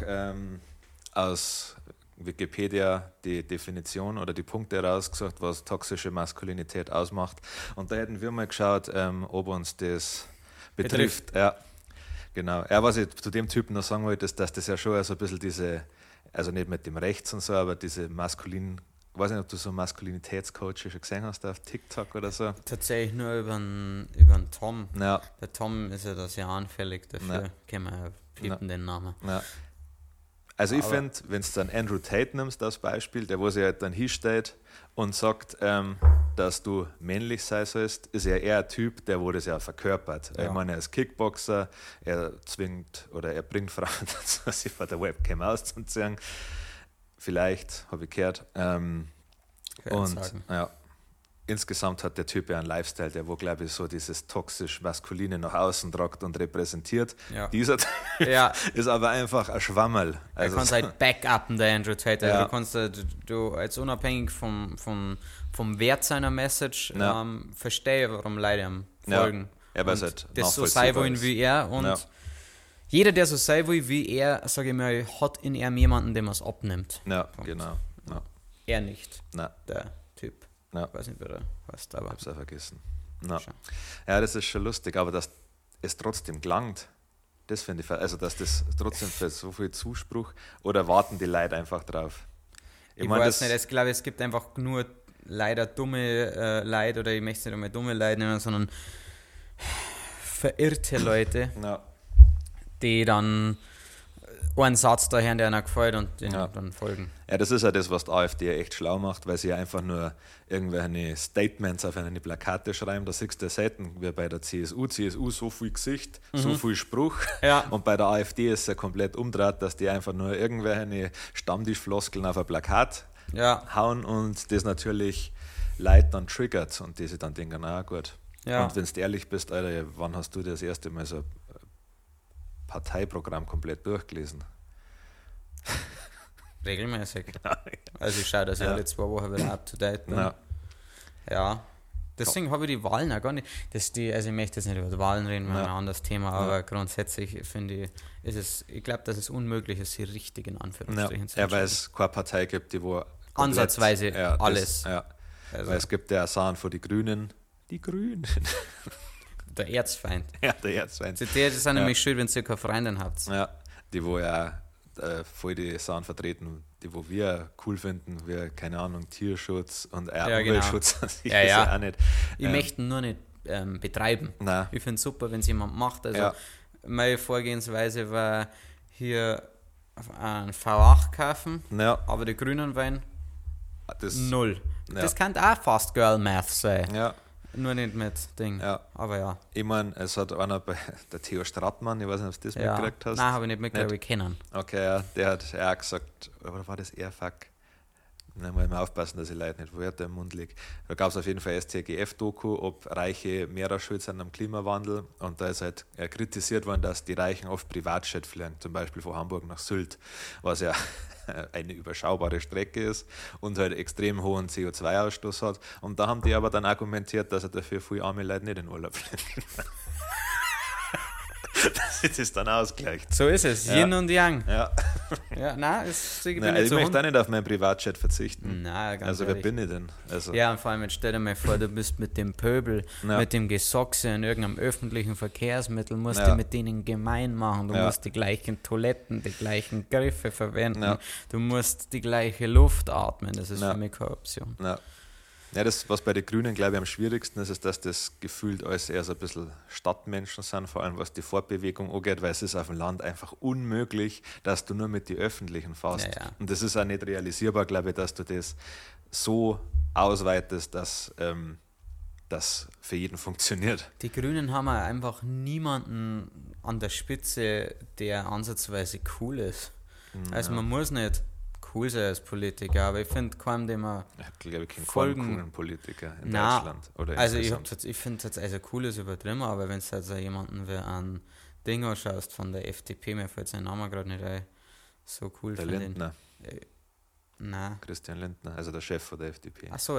aus Wikipedia die Definition oder die Punkte rausgesucht, was toxische Maskulinität ausmacht. Und da hätten wir mal geschaut, ob uns das betrifft. Ja, genau. Was ich zu dem Typen noch sagen wollte, ist, dass das ja schon so ein bisschen diese, also nicht mit dem Rechts und so, aber diese ich weiß nicht, ob du so Maskulinitätscoach schon gesehen hast auf TikTok oder so. Tatsächlich nur über den Tom. Ja. Der Tom ist ja da sehr anfällig dafür. Können wir piepen den Namen. Ja. Also ich finde, wenn du dann Andrew Tate nimmst als Beispiel, der wo sich halt dann hinstellt und sagt, dass du männlich sein sollst, ist ja eher ein Typ, der wo das ja verkörpert. Ja. Ich meine, er ist Kickboxer, er zwingt oder er bringt Frauen dazu, sich vor der Webcam auszuziehen. Vielleicht, habe ich gehört. Insgesamt hat der Typ ja einen Lifestyle, der wo, glaube ich, so dieses toxisch-maskuline nach außen tragt und repräsentiert. Ja. Dieser Typ ist aber einfach ein Schwammerl. Also, du kannst halt backuppen, der Andrew Tate. Ja. Du kannst du als unabhängig vom Wert seiner Message verstehen, warum Leute ihm folgen. Ja, weil es halt das so sein wollen wie er. Und jeder, der so sein will wie er, sage ich mal, hat in ihm jemanden, dem er es abnimmt. Ja, genau. Ja. Er nicht. Na. Der Typ. Ja. Ich weiß nicht, wer der heißt, aber... Ich hab's auch vergessen. Ja, das ist schon lustig, aber dass es trotzdem gelangt, das finde ich, also dass das trotzdem für so viel Zuspruch, oder warten die Leute einfach drauf? Ich weiß nicht, ich glaube, es gibt einfach nur leider dumme Leute, oder ich möchte es nicht einmal dumme Leute nennen, sondern verirrte Leute, die dann einen Satz da hören, der ihnen gefällt und den dann folgen. Ja, das ist ja das, was die AfD echt schlau macht, weil sie ja einfach nur irgendwelche Statements auf eine Plakate schreiben. Da siehst du selten wie bei der CSU so viel Gesicht, so viel Spruch. Ja. Und bei der AfD ist es ja komplett umgedreht, dass die einfach nur irgendwelche Stammtischfloskeln auf ein Plakat hauen und das natürlich Leute dann triggert und die sich dann denken, na gut. Ja. Und wenn du ehrlich bist, Alter, wann hast du das erste Mal so Parteiprogramm komplett durchgelesen? Regelmäßig. Also ich schaue, dass ich alle 2 Wochen wieder up to date bin. Ja. Deswegen habe ich die Wahlen auch gar nicht. Also ich möchte jetzt nicht über die Wahlen reden, weil ein anderes Thema, aber grundsätzlich finde ich, ich glaube, dass es unmöglich ist, sie richtig in Anführungsstrichen zu weil es keine Partei gibt, die wo ansatzweise alles. Also. Weil es gibt ja Sachen von die Grünen. Die Grünen. Der Erzfeind. Ja, der Erzfeind. Die sind nämlich schön, wenn ihr keine Freundin habt. Ja, die wo ja voll die Sachen vertreten, die wo wir cool finden, wie, keine Ahnung, Tierschutz und Umweltschutz. Genau. Auch nicht. Ich möchte ihn nur nicht betreiben. Nein. Ich finde es super, wenn es jemand macht. Also meine Vorgehensweise war hier einen V8 kaufen, aber die Grünen wollen 0. Das kann auch Fast Girl Math sein. Ja. Nur nicht mit Ding. Ja. Aber ich meine, es hat einer bei der Theo Strattmann, ich weiß nicht, ob du das mitgekriegt hast. Nein, habe ich nicht mitgekriegt, aber ich kenne ihn. Okay, der hat auch gesagt, oder war das eher Fuck? Da muss ich mal aufpassen, dass ich Leute nicht Wörter im Mund lege. Da gab es auf jeden Fall STGF-Doku, ob Reiche mehr schuld sind am Klimawandel. Und da ist halt kritisiert worden, dass die Reichen oft Privatjet fliegen, zum Beispiel von Hamburg nach Sylt, was ja eine überschaubare Strecke ist und halt extrem hohen CO2-Ausstoß hat. Und da haben die aber dann argumentiert, dass er dafür viele arme Leute nicht in Urlaub fliegen. dass sich das dann ausgleicht. So ist es, Ja. Yin und Yang. Ja. Ja, nein, ich bin Nein, nicht ich so möchte auch nicht auf meinen Privatchat verzichten. Nein, ganz Also wer ehrlich. bin ich denn? Also, Ja, und vor allem, jetzt stell dir mal vor, du bist mit dem Pöbel, Ja. mit dem Gesochse in irgendeinem öffentlichen Verkehrsmittel, musst Ja. du mit denen gemein machen, du Ja. musst die gleichen Toiletten, die gleichen Griffe verwenden, Ja. du musst die gleiche Luft atmen, das ist Ja. für mich keine Option. Ja, das, was bei den Grünen, glaube ich, am schwierigsten ist, ist, dass das gefühlt alles eher so ein bisschen Stadtmenschen sind, vor allem was die Fortbewegung angeht, weil es ist auf dem Land einfach unmöglich, dass du nur mit den Öffentlichen fährst. Ja, ja. Und das ist auch nicht realisierbar, glaube ich, dass du das so ausweitest, dass das für jeden funktioniert. Die Grünen haben auch einfach niemanden an der Spitze, der ansatzweise cool ist. Also man muss nicht cool sein als Politiker, aber ich finde kaum, den man Ich habe, glaube ich, keinen Folgen- coolen Politiker in Na, Deutschland. Oder also insgesamt. ich finde es also cool ist übertrieben, aber wenn du jetzt so jemanden wie an Ding anschaust von der FDP, mir fällt sein Name gerade nicht ein, so cool Der finde ich. Lindner, Nein. Christian Lindner, also der Chef von der FDP. Achso,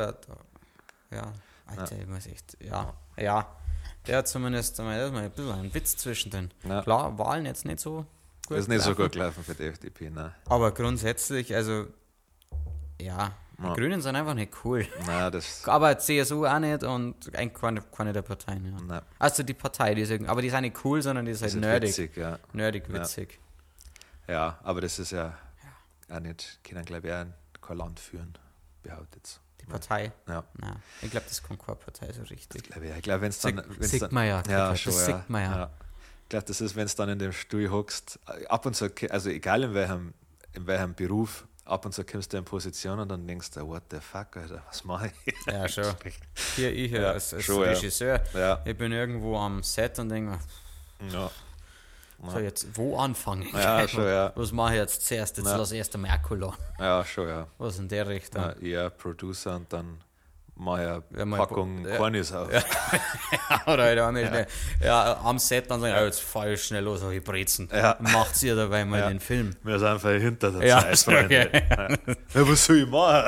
ja, Alter, ich muss echt, ja, der hat zumindest einmal ein bisschen einen Witz zwischendrin. Ja. Klar, Wahlen jetzt nicht so gut Das ist nicht so gelaufen, gut gelaufen für die FDP, nein. aber grundsätzlich, also, ja, die Ja. Grünen sind einfach nicht cool. Nein, das. Aber CSU auch nicht und eigentlich keine der Parteien, ja. Nein, Also die Partei, die ist aber die sind nicht cool, sondern die ist halt das ist nerdig. witzig, ja. Nerdig, witzig. Ja, aber das ist ja auch nicht, können glaube ich auch kein Land führen, behauptet. Die Partei? Ja, Nein, ich glaube, das kann keine Partei so richtig. glaube ich. Ich glaube, wenn es dann. Sieht man ja, Ja, schon, das ja. sieht man ja. Ich glaube, das ist, wenn es dann in dem Stuhl hockst, ab und zu, also egal in welchem Beruf, ab und zu kommst du in Position und dann denkst du, what the fuck, Alter, was mache ich? Ja, schon. Hier, ich Ja, als schon, ja. Regisseur, Ja, ich bin irgendwo am Set und denke mir, ja, so jetzt, wo anfangen? Ja, schon, ja. Was mache ich jetzt zuerst? Jetzt Ja. lass erst einmal Akula. ja, schon, ja. Was in der Richtung? Ja, eher Producer und dann mache ich Ja, eine mal Packung ja. Cornys auf. Oder halt auch nicht schnell. Ja, am Set dann sagen, jetzt fahr ich schnell los, ich Brezen. Ja. Macht ihr dabei mal Ja. den Film. Wir sind einfach hinter der Ja, Zeit, schon, Freunde. okay. Ja, was soll ich machen?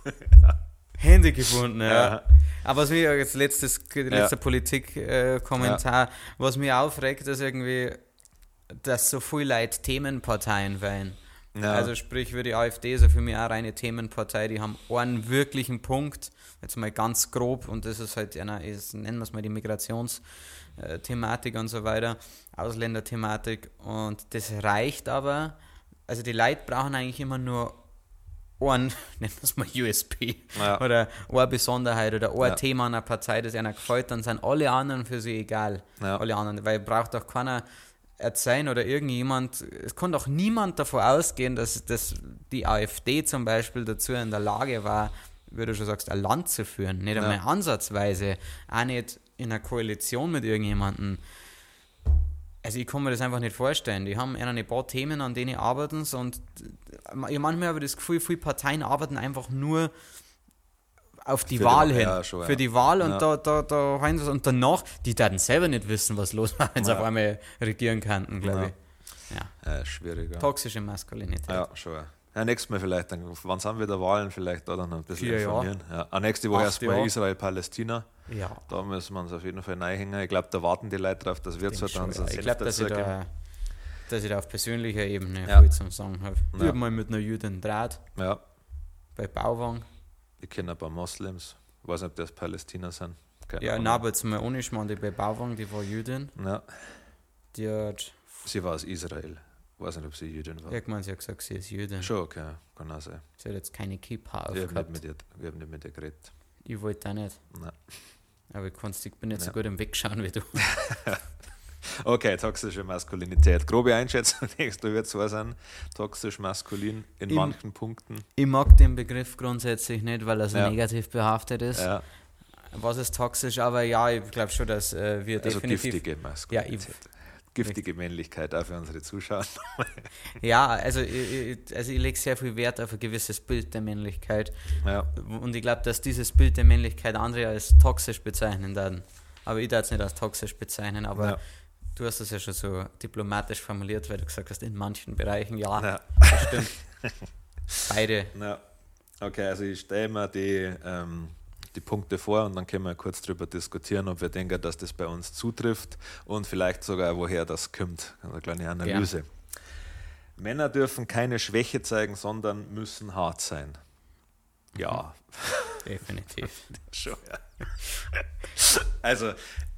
Hände gefunden, ja. Ja. Aber was mich als letzter Politik-Kommentar, was mich aufregt, ist irgendwie, dass so viel Leute Themenparteien wählen. Ja. Also sprich, für die AfD ist ja für mich auch eine Themenpartei, die haben einen wirklichen Punkt, jetzt mal ganz grob, und das ist halt, nennen wir es mal die Migrationsthematik und so weiter, Ausländerthematik, und das reicht aber, also die Leute brauchen eigentlich immer nur nennen wir es mal USP, Ja. oder eine Besonderheit oder ein Ja. Thema einer Partei, das einer gefällt, dann sind alle anderen für sie egal. Ja. Alle anderen, weil braucht doch keiner erzählen oder irgendjemand, es kann doch niemand davon ausgehen, dass die AfD zum Beispiel dazu in der Lage war, wie du schon sagst, ein Land zu führen. Nicht einmal ansatzweise, auch nicht in einer Koalition mit irgendjemandem. Also ich kann mir das einfach nicht vorstellen. Die haben ein paar Themen, an denen arbeiten sie, und ich manchmal habe ich das Gefühl, viele Parteien arbeiten einfach nur auf die Für Wahl die- hin. ja, schon, Für ja. die Wahl, und Ja. da haben sie es, und danach, die werden selber nicht wissen, was los war, wenn sie Ja. auf einmal regieren könnten, glaube Ja. ich. Ja. Schwieriger. Toxische Maskulinität. Ja, schon. Ja, nächstes Mal vielleicht, dann, wann sind wieder Wahlen, vielleicht da dann noch ein bisschen 4 Jahre. informieren. Ja. Nächste Woche 8 erstmal Jahre. Israel-Palästina. Ja. Da müssen wir uns auf jeden Fall reinhängen. Ich glaube, da warten die Leute drauf, dass wir Denk so schon, dann ja. so Ich glaube, dass ich da auf persönlicher Ebene Ja. viel zum Sagen habe. Ich Ja. habe mal mit einer Jüdin Draht Ja, bei Bauwang. ich kenne ein paar Moslems. Ich weiß nicht, ob die aus Palästina sind. Keine Ja, Ahnung. nein, aber jetzt mal ohne Schmarrn, die bei Bauwang, die war Jüdin. Ja, Die hat, sie war aus Israel. Ich weiß nicht, ob sie Jüdin war. irgendwann sie hat gesagt, sie ist Jüdin. Schon, okay, kann auch sein. Sie hat jetzt keine Kippa Ich habe nicht, aufgehabt. nicht mit ihr geredet. Ich wollte auch nicht. Nein. Aber ich bin nicht so Ja. gut im Wegschauen wie du. Okay, toxische Maskulinität. Grobe Einschätzung, denkst du, wird so sein? Toxisch maskulin in Im- manchen Punkten. Ich mag den Begriff grundsätzlich nicht, weil er so Ja. negativ behaftet ist. Ja, Was ist toxisch? Aber ja, ich glaube schon, dass wir also definitiv... giftige Maskulinität. Giftige Männlichkeit auch für unsere Zuschauer. Ja, also ich lege sehr viel Wert auf ein gewisses Bild der Männlichkeit. Ja, Und ich glaube, dass dieses Bild der Männlichkeit andere als toxisch bezeichnen werden. Aber ich darf es nicht als toxisch bezeichnen, aber Ja. du hast es ja schon so diplomatisch formuliert, weil du gesagt hast, in manchen Bereichen, ja, ja, das stimmt. Beide. ja. Okay, also ich stelle mir die die Punkte vor und dann können wir kurz drüber diskutieren, ob wir denken, dass das bei uns zutrifft und vielleicht sogar, woher das kommt. Eine kleine Analyse. Ja. Männer dürfen keine Schwäche zeigen, sondern müssen hart sein. Ja. Definitiv. Schon, ja.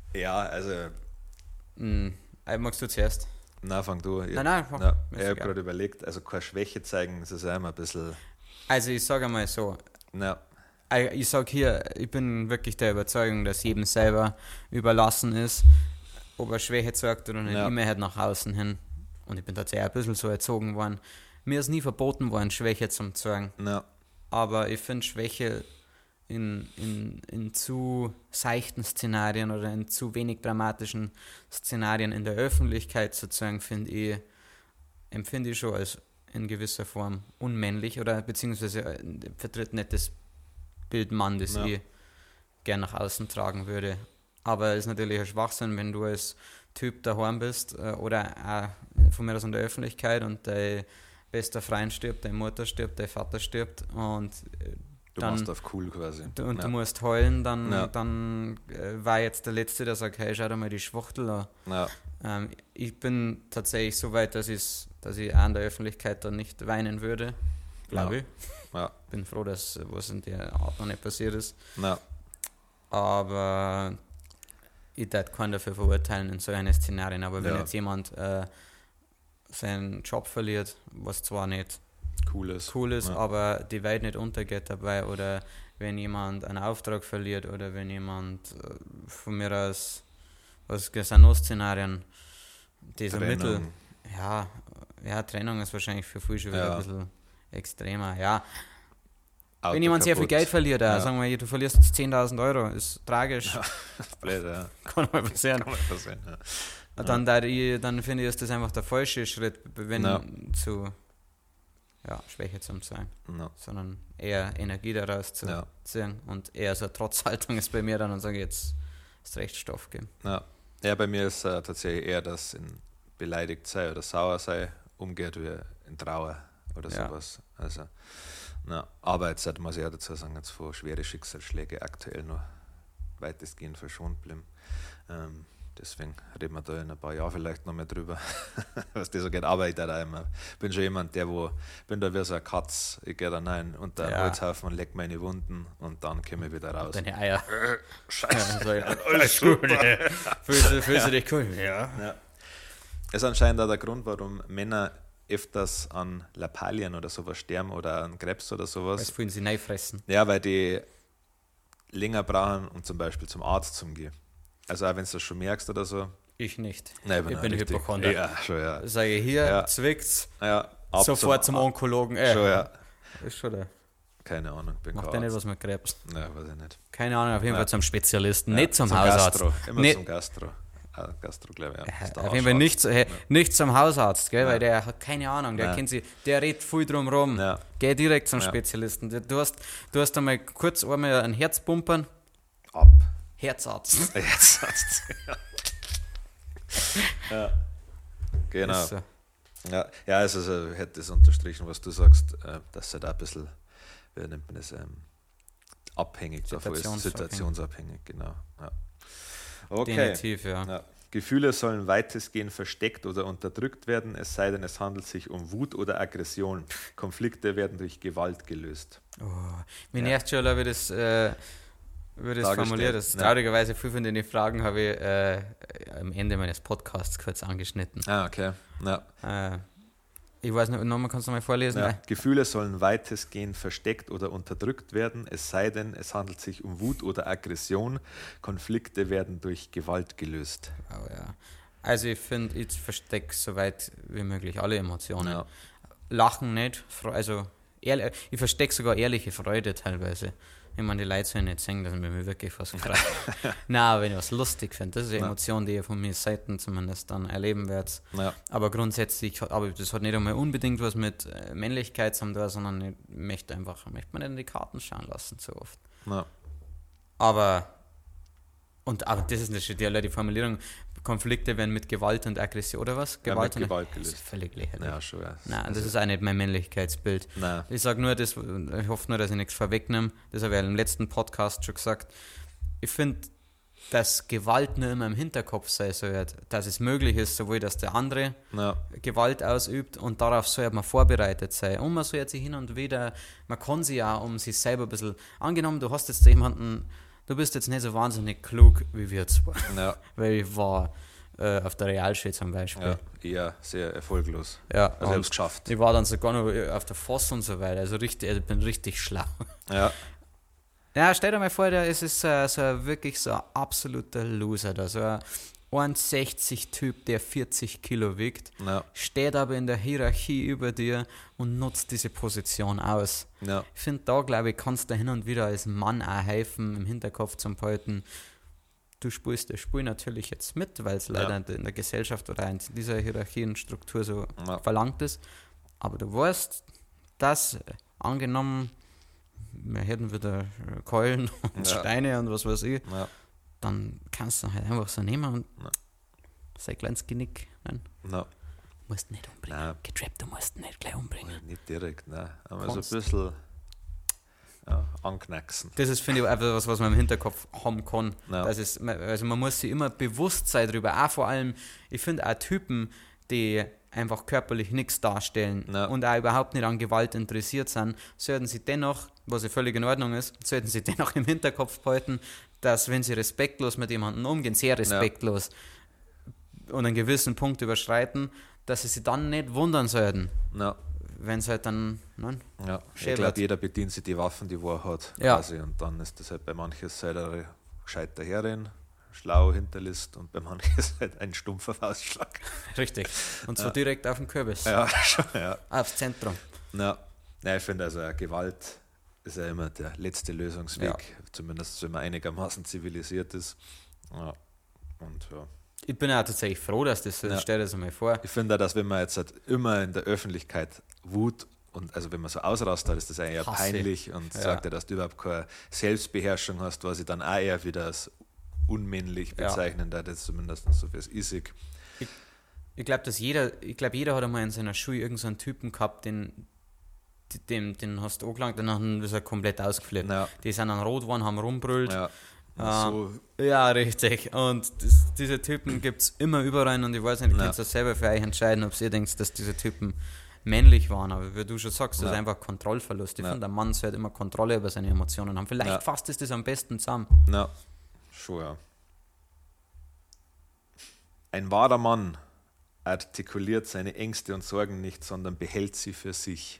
Magst du zuerst? Na, fang du. Nein, ich habe gerade überlegt, also keine Schwäche zeigen, das ist ja immer ein bisschen... Also ich sage mal so, ich sage hier, ich bin wirklich der Überzeugung, dass jedem selber überlassen ist, ob er Schwäche zeigt oder nicht, immer halt nach außen hin. Und ich bin tatsächlich ein bisschen so erzogen worden. Mir ist nie verboten worden, Schwäche zu zeigen. Ja. Aber ich finde Schwäche in zu seichten Szenarien oder in zu wenig dramatischen Szenarien in der Öffentlichkeit sozusagen, empfinde ich schon als in gewisser Form unmännlich oder beziehungsweise vertritt nicht das Bild Mann, das ich gern nach außen tragen würde. Aber es ist natürlich ein Schwachsinn, wenn du als Typ daheim bist oder auch von mir aus in der Öffentlichkeit und dein bester Freund stirbt, deine Mutter stirbt, dein Vater stirbt und du machst auf cool quasi. Und du musst heulen, dann war jetzt der Letzte, der sagt, hey, schau dir mal die Schwuchtel an. Ja. Ich bin tatsächlich so weit, dass ich auch in der Öffentlichkeit dann nicht weinen würde, glaube ich. Ja. Bin froh, dass was in der Art noch nicht passiert ist. Ja. Aber ich darf keinen dafür verurteilen in solchen Szenarien. Aber wenn jetzt jemand seinen Job verliert, was zwar nicht cool ist, aber die Welt nicht untergeht dabei, oder wenn jemand einen Auftrag verliert oder wenn jemand von mir aus, was sind noch Szenarien, diese Mittel, Trennung ist wahrscheinlich für viele schon wieder ein bisschen extremer, Wenn jemand sehr viel Geld verliert, sagen wir, du verlierst jetzt 10.000 Euro, ist tragisch. Blöd, Kann mal passieren. Dann finde ich, ist das einfach der falsche Schritt, wenn zu Schwäche zu sein, sondern eher Energie daraus zu ziehen und eher so eine Trotzhaltung ist bei mir dann und sage, jetzt ist recht Stoff geben. Ja, bei mir ist tatsächlich eher, dass in beleidigt sei oder sauer sei umgeht wie in Trauer oder sowas. Also, aber jetzt muss ich ja dazu sagen, jetzt von schweren Schicksalsschlägen aktuell noch weitestgehend verschont bleiben. Deswegen reden wir da in ein paar Jahren vielleicht noch mehr drüber, was das so geht. Aber ich bin schon jemand, bin da wie so eine Katz, ich gehe da rein und der Holzhaufen und leg meine Wunden und dann komme ich wieder raus. Deine Eier. Scheiße. Alles gut. Fühlst du dich cool? Ja. Das ist anscheinend auch der Grund, warum Männer öfters an Lappalien oder sowas sterben oder an Krebs oder sowas. Das fühlen sie fressen. Ja, weil die länger brauchen, um zum Beispiel zum Arzt zu gehen. Also auch wenn du das schon merkst oder so. Ich nicht. Nein, ich bin Hypochonder. Ja, schon, ja. Sage hier, zwickt's, sofort zum Onkologen. Schon, ja. Ist schon der. Keine Ahnung. Macht der nicht was mit Krebs? Nein, weiß ich nicht. Keine Ahnung, auf jeden Fall zum Spezialisten, nicht zum Hausarzt. Gastro. Immer zum Gastro. Gastro, glaube ich. Auf jeden Fall nicht zum Hausarzt, gell? Weil der hat keine Ahnung, der kennt sich, der redet viel drum rum. Ja. Geh direkt zum Spezialisten. Du hast einmal kurz einmal ein Herzpumpern. Ab. Herzarzt. Herzarzt, ja. Genau. So. Ja, also ich hätte das unterstrichen, was du sagst, dass er da ein bisschen, wie nennt man das, abhängig davon ist, situationsabhängig, genau. Ja. Okay. Definitiv, ja. Gefühle sollen weitestgehend versteckt oder unterdrückt werden, es sei denn, es handelt sich um Wut oder Aggression. Konflikte werden durch Gewalt gelöst. Mir nervt schon, wie das formuliert ist. Traurigerweise viele von den Fragen habe ich am Ende meines Podcasts kurz angeschnitten. Okay. Ja. Ich weiß nicht, nochmal kannst du mal vorlesen? Ja. Gefühle sollen weitestgehend versteckt oder unterdrückt werden, es sei denn, es handelt sich um Wut oder Aggression. Konflikte werden durch Gewalt gelöst. Oh, ja. Also ich finde, ich verstecke so weit wie möglich alle Emotionen. Ja. Lachen nicht, also ich verstecke sogar ehrliche Freude teilweise. Ich meine, die Leute sollen nicht sehen, dass ich mich wirklich fast freue. Nein, wenn ich was lustig finde, das ist eine Emotion, die ihr von mir Seiten zumindest dann erleben werdet. Ja. Aber grundsätzlich, das hat nicht einmal unbedingt was mit Männlichkeit zu tun, sondern ich möchte man nicht in die Karten schauen lassen, so oft. Ja. Aber Und aber das ist nicht die Formulierung, Konflikte werden mit Gewalt und Aggression, oder was? Gewalt, mit Gewalt das gelöst. ist völlig lächerlich. Ja, schon, ja. Nein, das ist auch nicht mein Männlichkeitsbild. Nein. Ich sage nur, ich hoffe nur, dass ich nichts vorwegnehme. Das habe ich im letzten Podcast schon gesagt. Ich finde, dass Gewalt nur immer im Hinterkopf sein soll, dass es möglich ist, sowohl dass der andere Gewalt ausübt und darauf soll man vorbereitet sein. Und man soll jetzt hin und wieder, man kann sich auch um sich selber ein bisschen, angenommen, du hast jetzt jemanden, du bist jetzt nicht so wahnsinnig klug wie wir zwei, weil ich war auf der Realschule zum Beispiel. Ja, eher sehr erfolglos. Ja, also ich habe es geschafft. Ich war dann sogar noch auf der Voss und so weiter, also richtig, ich bin richtig schlau. Ja. Ja, stell dir mal vor, es ist wirklich so ein absoluter Loser da, so ein 1,60-Typ, der 40 Kilo wiegt, steht aber in der Hierarchie über dir und nutzt diese Position aus. Ja. Ich finde, da glaube ich, kannst du hin und wieder als Mann auch helfen, im Hinterkopf zu behalten. Du spielst das Spiel natürlich jetzt mit, weil es leider in der Gesellschaft oder in dieser Hierarchienstruktur so verlangt ist, aber du weißt, dass angenommen, wir hätten wieder Keulen und Steine und was weiß ich, dann kannst du halt einfach so nehmen und sein kleines Genick. Du musst nicht umbringen. Nein. Getrappt, du musst nicht gleich umbringen. Nicht direkt, nein. Aber so ein bisschen anknacksen. Das ist, finde ich, einfach was man im Hinterkopf haben kann. Das ist, also man muss sich immer bewusst sein darüber. Auch vor allem, ich finde auch Typen, die einfach körperlich nichts darstellen und auch überhaupt nicht an Gewalt interessiert sind, sollten sie dennoch, was ja völlig in Ordnung ist, sollten sie dennoch im Hinterkopf behalten, dass wenn sie respektlos mit jemandem umgehen, sehr respektlos und einen gewissen Punkt überschreiten, dass sie sich dann nicht wundern sollten. Wenn es halt dann ich glaube, jeder bedient sich die Waffen, die er hat. Quasi. Und dann ist das halt bei manches halt ein gescheiter Herrin, schlau hinterlässt und bei manchen ist halt ein stumpfer Faustschlag. Richtig. Und zwar direkt auf den Kürbis. Ja, schon, Aufs Zentrum. Ich finde also, Gewalt ist ja immer der letzte Lösungsweg, zumindest wenn man einigermaßen zivilisiert ist. Ich bin auch tatsächlich froh, dass das so, stell dir das mal vor. Ich finde auch, dass wenn man jetzt halt immer in der Öffentlichkeit Wut und also wenn man so ausrastet, ist das eigentlich eher peinlich und sagt ja, dass du überhaupt keine Selbstbeherrschung hast, was ich dann auch eher wieder als unmännlich bezeichnen, da das zumindest so fürs Isig. Ich glaube, jeder hat einmal in seiner Schule irgendeinen Typen gehabt, den hast du angelangt, dann ist er komplett ausgeflippt. Die sind dann rot geworden, haben rumbrüllt. Ja, richtig. Und diese Typen gibt es immer überall und ich weiß nicht, ihr könnt das selber für euch entscheiden, ob ihr denkt, dass diese Typen männlich waren, aber wie du schon sagst, das ist einfach Kontrollverlust. Ich finde, der Mann sollte immer Kontrolle über seine Emotionen haben. Vielleicht fasst es das am besten zusammen. Schon, ja. Ein wahrer Mann artikuliert seine Ängste und Sorgen nicht, sondern behält sie für sich.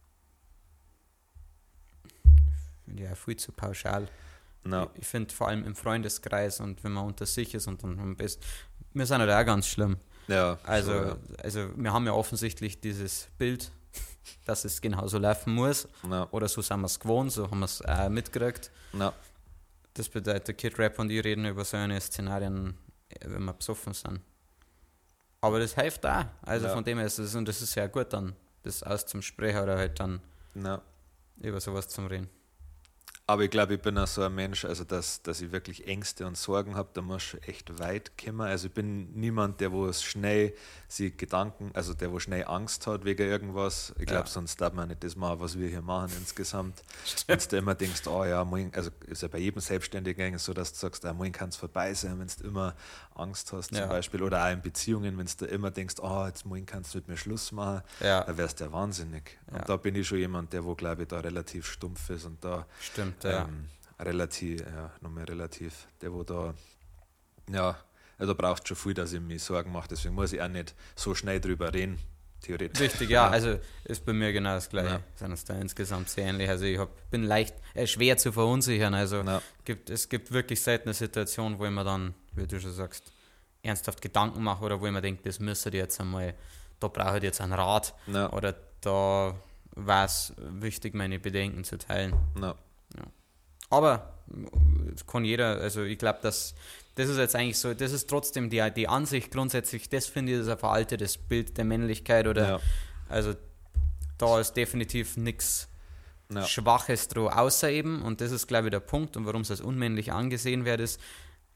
Ja, viel zu pauschal. Ich finde vor allem im Freundeskreis und wenn man unter sich ist und dann am besten, wir sind halt auch ganz schlimm. Also wir haben ja offensichtlich dieses Bild, dass es genauso laufen muss. Oder so sind wir es gewohnt, so haben wir es auch mitgekriegt. Das bedeutet, Kid Rap und ich reden über so eine Szenarien, wenn wir besoffen sind. Aber das hilft auch. Also von dem her ist es, und das ist ja gut dann, das auszusprechen oder halt dann über sowas zu reden. Aber ich glaube, ich bin auch so ein Mensch, also dass ich wirklich Ängste und Sorgen habe, da muss schon echt weit kommen. Also ich bin niemand, der wo es schnell sich Gedanken, also der wo schnell Angst hat wegen irgendwas. Ich glaube, sonst darf man nicht das machen, was wir hier machen insgesamt. Wenn du immer denkst, morgen, also ist ja bei jedem Selbstständigen so, dass du sagst, morgen kann es vorbei sein, wenn du immer Angst hast zum Beispiel. Oder auch in Beziehungen, wenn du immer denkst, jetzt morgen kannst du mit mir Schluss machen, da wärst du ja wahnsinnig. Und da bin ich schon jemand, der wo, glaube ich, da relativ stumpf ist und da relativ, der wo da, da braucht schon viel, dass ich mir Sorgen mache, deswegen muss ich auch nicht so schnell drüber reden, theoretisch. Richtig, also ist bei mir genau das Gleiche, sind uns da insgesamt sehr ähnlich, also ich bin leicht, schwer zu verunsichern, also es gibt wirklich selten eine Situation, wo ich mir dann, wie du schon sagst, ernsthaft Gedanken mache oder wo ich mir denke, das müsste ich jetzt einmal, da brauche ich jetzt einen Rat oder da war es wichtig, meine Bedenken zu teilen. Aber kann jeder, also ich glaube, das ist jetzt eigentlich so, das ist trotzdem die Ansicht grundsätzlich, das finde ich, ist ein veraltetes Bild der Männlichkeit oder, also da ist definitiv nichts Schwaches dran, außer eben, und das ist glaube ich der Punkt und warum es als unmännlich angesehen wird, ist,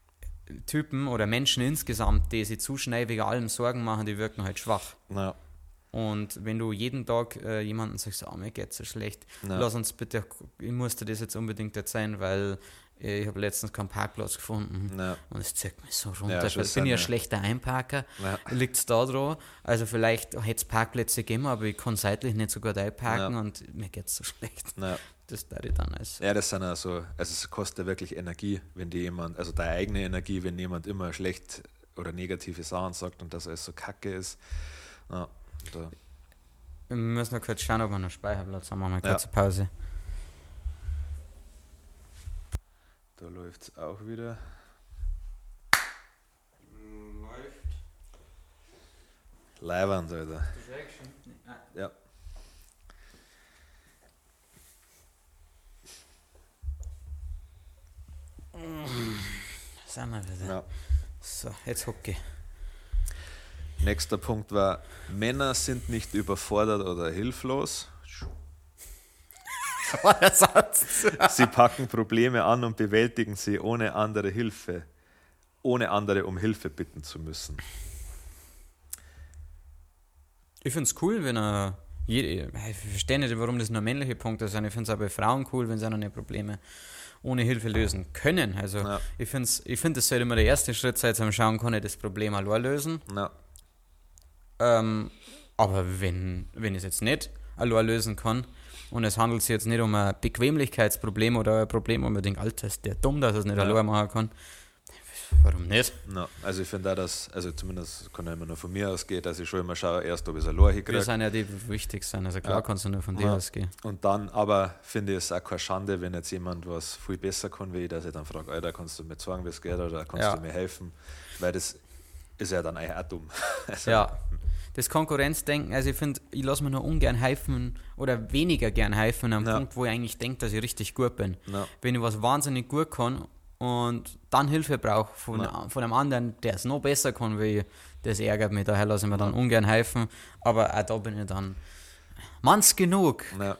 Typen oder Menschen insgesamt, die sich zu schnell wegen allem Sorgen machen, die wirken halt schwach. Ja. Und wenn du jeden Tag jemanden sagst, mir geht's so schlecht, Ja. lass uns bitte, ich musste das jetzt unbedingt erzählen, weil ich habe letztens keinen Parkplatz gefunden Ja. und es zieht mich so runter. Ja, weil ich bin ja ein ja. schlechter Einparker, Ja. liegt es da dran. Also vielleicht hätte es Parkplätze gegeben, aber ich kann seitlich nicht so gut einparken Ja. und mir geht's so schlecht. Ja. Das da ich dann als. Ja, das sind also, also es kostet wirklich Energie, wenn dir jemand, also deine eigene Energie, wenn jemand immer schlecht oder negative Sachen sagt und dass alles so kacke ist. Ja, da. Wir müssen noch kurz schauen, ob wir noch Speicherplatz haben. Machen wir eine Ja. kurze Pause. Da läuft es auch wieder. Leiwand, Alter. Ja. Sind wir wieder. Ja. So, jetzt hocke ich. Nächster Punkt war, Männer sind nicht überfordert oder hilflos. Der Satz. Sie packen Probleme an und bewältigen sie ohne andere Hilfe, ohne andere um Hilfe bitten zu müssen. Ich finde es cool, wenn ich verstehe nicht, warum das nur männliche Punkte sind. Ich finde es auch bei Frauen cool, wenn sie auch noch Probleme ohne Hilfe lösen können. Also Ja. ich finde, das sollte immer der erste Schritt sein, zum Schauen, kann ich das Problem allein lösen. Ja, Aber wenn ich es jetzt nicht allein lösen kann und es handelt sich jetzt nicht um ein Bequemlichkeitsproblem oder ein Problem unbedingt, Alter, ist der dumm, dass er es nicht allein machen kann. Warum nicht? no. Also ich finde auch, dass, also zumindest kann ich immer nur von mir ausgehen, dass ich schon immer schaue, erst ob ich es allein Wir hinkriege. sind ja die, die wichtig sind. Also klar Ja. kannst du nur von dir Ja. ausgehen. Und dann, aber finde ich es auch keine Schande, wenn jetzt jemand was viel besser kann wie ich, dass ich dann frage, Alter, kannst du mir sagen, wie es geht, oder kannst Ja. du mir helfen? Weil das ist ja dann eigentlich auch dumm. Also, Ja, das Konkurrenzdenken, also ich finde, ich lasse mir nur ungern helfen oder weniger gern helfen an einem Ja. Punkt, wo ich eigentlich denke, dass ich richtig gut bin. Ja. Wenn ich was wahnsinnig gut kann und dann Hilfe brauche von einem anderen, der es noch besser kann wie ich, das ärgert mich, daher lasse ich mir dann ungern helfen, aber auch da bin ich dann manns genug, Ja.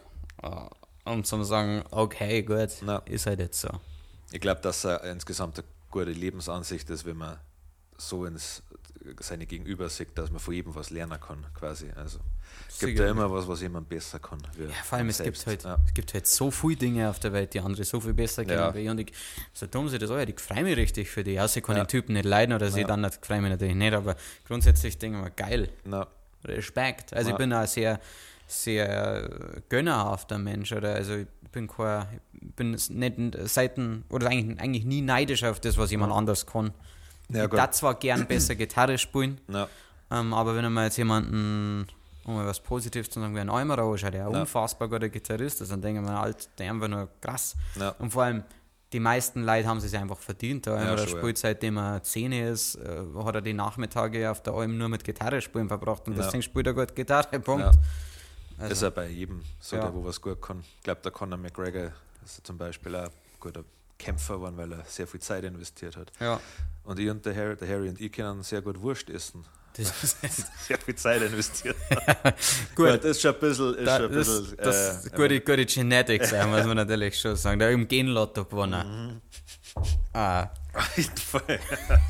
um zu sagen, okay, gut, Ja. ist halt jetzt so. Ich glaube, dass insgesamt eine gute Lebensansicht ist, wenn man so ins seine Gegenüber sieht, dass man von jedem was lernen kann, quasi. Also es gibt Sicher. ja immer was jemand besser kann. Wie Ja, vor allem, man es gibt, selbst. halt, es gibt halt so viele Dinge auf der Welt, die andere so viel besser kennen Ja. wie ich. Und ich, so dumm sie das auch, ich freue mich richtig für die. Ja, sie kann Ja. den Typen nicht leiden oder sie Ja. dann nicht, freue mich natürlich nicht, aber grundsätzlich denke ich mir, geil, Ja. Respekt. Also Ja. ich bin auch sehr, sehr gönnerhafter Mensch. Oder also ich bin nicht Seiten oder eigentlich nie neidisch auf das, was jemand anders kann. Ja, ich gut. darf zwar gern besser Gitarre spielen, Ja. aber wenn man jetzt jemanden, um mal was Positives zu sagen, wie ein Eimerer anschaut, der ein Ja. unfassbar guter Gitarrist ist, dann denke ich mir, Alter, der einfach nur krass. Ja. Und vor allem, die meisten Leute haben es einfach verdient. Der Eimerer schon, spielt, seitdem er 10 ist, hat er die Nachmittage auf der Alm nur mit Gitarre spielen verbracht und Ja. deswegen spielt er gut Gitarre, Punkt. Ja. Also, Ist ja bei jedem so, Ja. der wo was gut kann. Ich glaube, der Conor McGregor ist zum Beispiel auch ein guter Kämpfer geworden, weil er sehr viel Zeit investiert hat. ja, Und ich und der Harry und ich können sehr gut Wurst essen. das ist Sehr viel Zeit investiert. gut. Das ist schon ein bisschen. Ist schon ein Das bisschen ist gute Genetics, muss man natürlich schon sagen. Der hat im Genlotto gewonnen. Ah. Voll.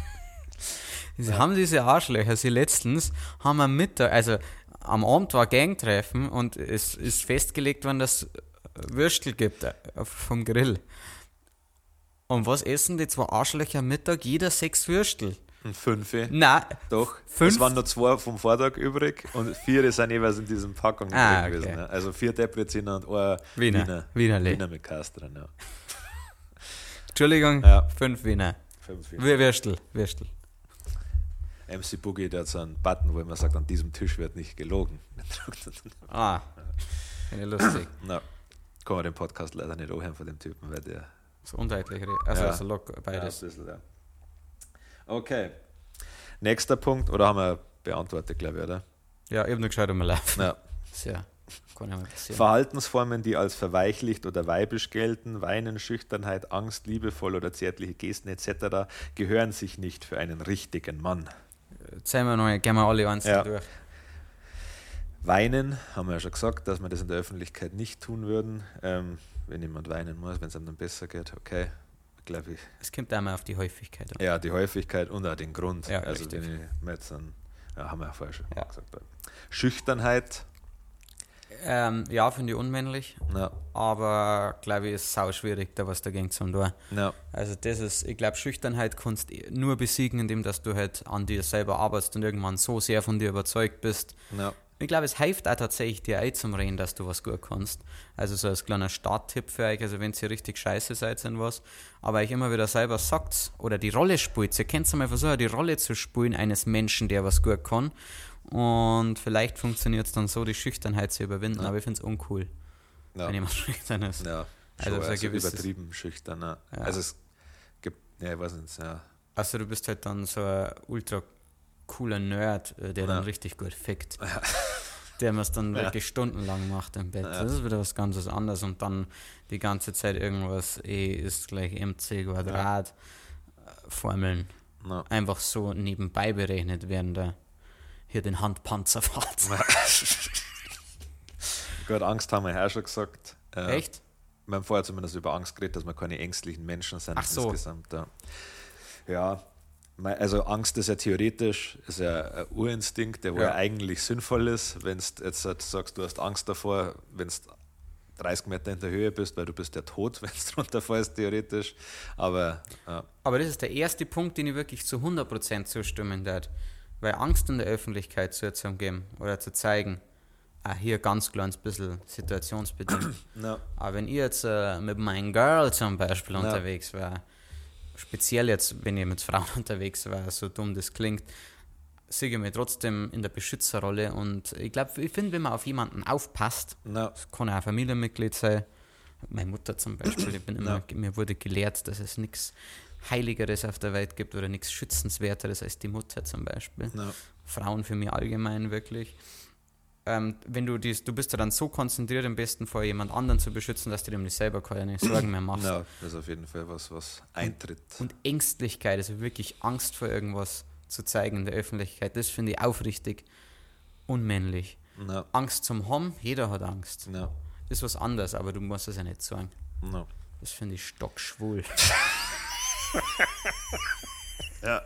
Sie haben diese Arschlöcher, sie letztens haben am Mittag, also am Abend war Gangtreffen und es ist festgelegt worden, dass es Würstel gibt vom Grill. Und was essen die zwei Arschlöcher am Mittag? Jeder 6 Würstel. Und 5. Nein, Doch. 5? Es waren noch 2 vom Vortag übrig und 4 sind jeweils in diesem Packung Ah, drin gewesen. okay. Ne? Also 4 Depreziner und ein Wienerle. Wiener mit Kass drin. Ja. Entschuldigung, Ja. 5 Wiener. 5 Wiener. Würstel. MC Boogie, der hat so einen Button, wo man sagt, an diesem Tisch wird nicht gelogen. Ah, finde ich lustig. Na, kann man den Podcast leider nicht anhören von dem Typen, weil der. So undeutlich. Also, Ja. so locker beides. Ja, ein bisschen, ja. Okay. Nächster Punkt, oder haben wir beantwortet, glaube ich, oder? Ja, ich habe nur geschaut, um laufen. Ja. Sehr. Kann ja mal passieren. Verhaltensformen, die als verweichlicht oder weibisch gelten, Weinen, Schüchternheit, Angst, liebevoll oder zärtliche Gesten etc., gehören sich nicht für einen richtigen Mann. Gehen wir alle einzeln Ja. durch. Weinen, haben wir ja schon gesagt, dass wir das in der Öffentlichkeit nicht tun würden. Wenn jemand weinen muss, wenn es einem dann besser geht, okay. glaube ich. Es kommt einmal auf die Häufigkeit an. Ja, die Häufigkeit und auch den Grund. Ja, also richtig. wenn ich mir jetzt haben wir ja vorher schon Ja. gesagt. Schüchternheit, Ja, finde ich unmännlich, ja, aber glaube ich, ist sau schwierig, da was dagegen zu tun. ja, Also ich glaube, Schüchternheit kannst du nur besiegen, indem dass du halt an dir selber arbeitest und irgendwann so sehr von dir überzeugt bist. ja, Ich glaube, es hilft auch tatsächlich, dir einzureden, dass du was gut kannst. Also so als kleiner Starttipp für euch, also wenn ihr richtig scheiße seid in was, aber euch immer wieder selber sagt oder die Rolle spielt. Ihr könnt mal versuchen, die Rolle zu spielen eines Menschen, der was gut kann. Und vielleicht funktioniert es dann so, die Schüchternheit zu überwinden, aber ich finde es uncool, ja. wenn jemand schüchtern ist. Ja, Also schon, so ein gewisses- übertrieben schüchtern. Ja. Ja. Also es gibt, ja, ich weiß nicht, ja. Also du bist halt dann so ein ultra cooler Nerd, der dann Ja. richtig gut fickt. Der man es dann wirklich stundenlang macht im Bett. Ja. Das ist wieder was ganz anderes und dann die ganze Zeit irgendwas, E ist gleich MC Quadrat, Formeln. Ja. Einfach so nebenbei berechnet, während er hier den Handpanzer fährt. Gut, Angst haben wir ja auch schon gesagt. Echt? Wir haben vorher zumindest über Angst geredet, dass wir keine ängstlichen Menschen sind Ach so. insgesamt. Ja, also Angst ist ja theoretisch ist ja ein Urinstinkt, der wo ja eigentlich sinnvoll ist, wenn du jetzt halt sagst, du hast Angst davor, wenn du 30 Meter in der Höhe bist, weil du bist ja tot, wenn du runterfällst, theoretisch. Aber Aber das ist der erste Punkt, den ich wirklich zu 100% zustimmen darf. Weil Angst in der Öffentlichkeit zu geben oder zu zeigen, hier ganz kleines bisschen situationsbedingt. ja, Aber wenn ich jetzt mit meinem Girl zum Beispiel unterwegs war, speziell jetzt, wenn ich mit Frauen unterwegs war, so dumm das klingt, sehe ich mich trotzdem in der Beschützerrolle und ich finde, wenn man auf jemanden aufpasst, ja, das kann auch ein Familienmitglied sein, meine Mutter zum Beispiel, mir wurde gelehrt, dass es nichts Heiligeres auf der Welt gibt oder nichts Schützenswerteres als die Mutter zum Beispiel. ja, Frauen für mich allgemein wirklich. Wenn du bist ja dann so konzentriert, im besten Fall jemand anderen zu beschützen, dass du dir um dich selber keine Sorgen mehr machst. ja, das ist auf jeden Fall was eintritt. Und Ängstlichkeit, also wirklich Angst vor irgendwas zu zeigen in der Öffentlichkeit, das finde ich aufrichtig unmännlich. Ja, Angst zum haben, jeder hat Angst. ja, Das ist was anderes, aber du musst es ja nicht sagen. ja. Das finde ich stockschwul. Ja.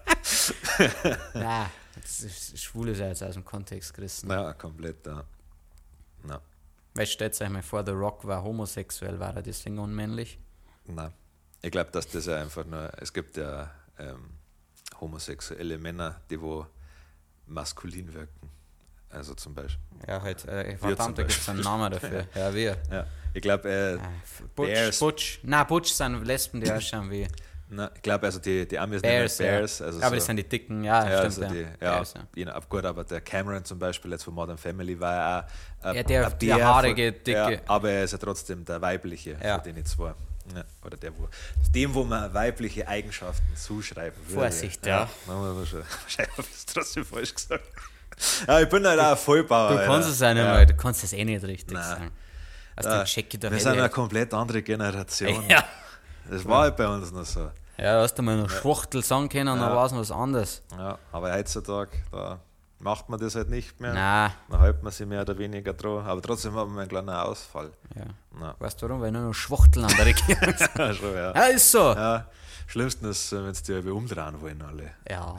Ja, schwul ist ja jetzt aus dem Kontext gerissen. Ja, komplett, ja. Ja. Weil stellt euch mal vor, The Rock war homosexuell, war er deswegen unmännlich? Nein. Ich glaube, dass das ja einfach nur, es gibt ja homosexuelle Männer, die wo maskulin wirken. Also zum Beispiel. Ja, halt, zum verdammt, da gibt es Beispiel. einen Namen dafür. Ja, wir. Ja. Ich glaube, Bears. Butch sind Lesben, die ausschauen wie ich glaube, also die Amis Bears. nennen Bears. Ja. Also Aber so, das sind die dicken, ja, ja, stimmt. also die, Bears, gut, aber der Cameron zum Beispiel, jetzt von Modern Family, war ja auch Ja, der Bär haarige, von, dicke. Ja, aber er ist ja trotzdem der weibliche Ja. von den zwei. Ja, oder dem, wo man weibliche Eigenschaften zuschreiben würde. Vorsicht, ja. Wahrscheinlich habe ich es trotzdem falsch gesagt. Ja, ich bin halt auch ein Vollbauer. Du kannst es auch nicht ja. mal, du kannst es eh nicht richtig Nein. sagen. Aus dem Check der Wir sind eine Welle. komplett andere Generation. Ja. Das war halt bei uns noch so. Ja, hast du mal noch Schwuchtel sagen können, dann Ja. war es was anderes. Ja, aber heutzutage, da macht man das halt nicht mehr. Nein. Dann hält man sich mehr oder weniger dran. Aber trotzdem haben wir einen kleinen Ausfall. Ja. Ja. Weißt du warum? Weil nur noch Schwuchteln an der Regierung sind. Ja, schon, ja. Ja, ist so. Ja, schlimmsten ist, wenn sie die irgendwie umdrehen wollen alle. Ja.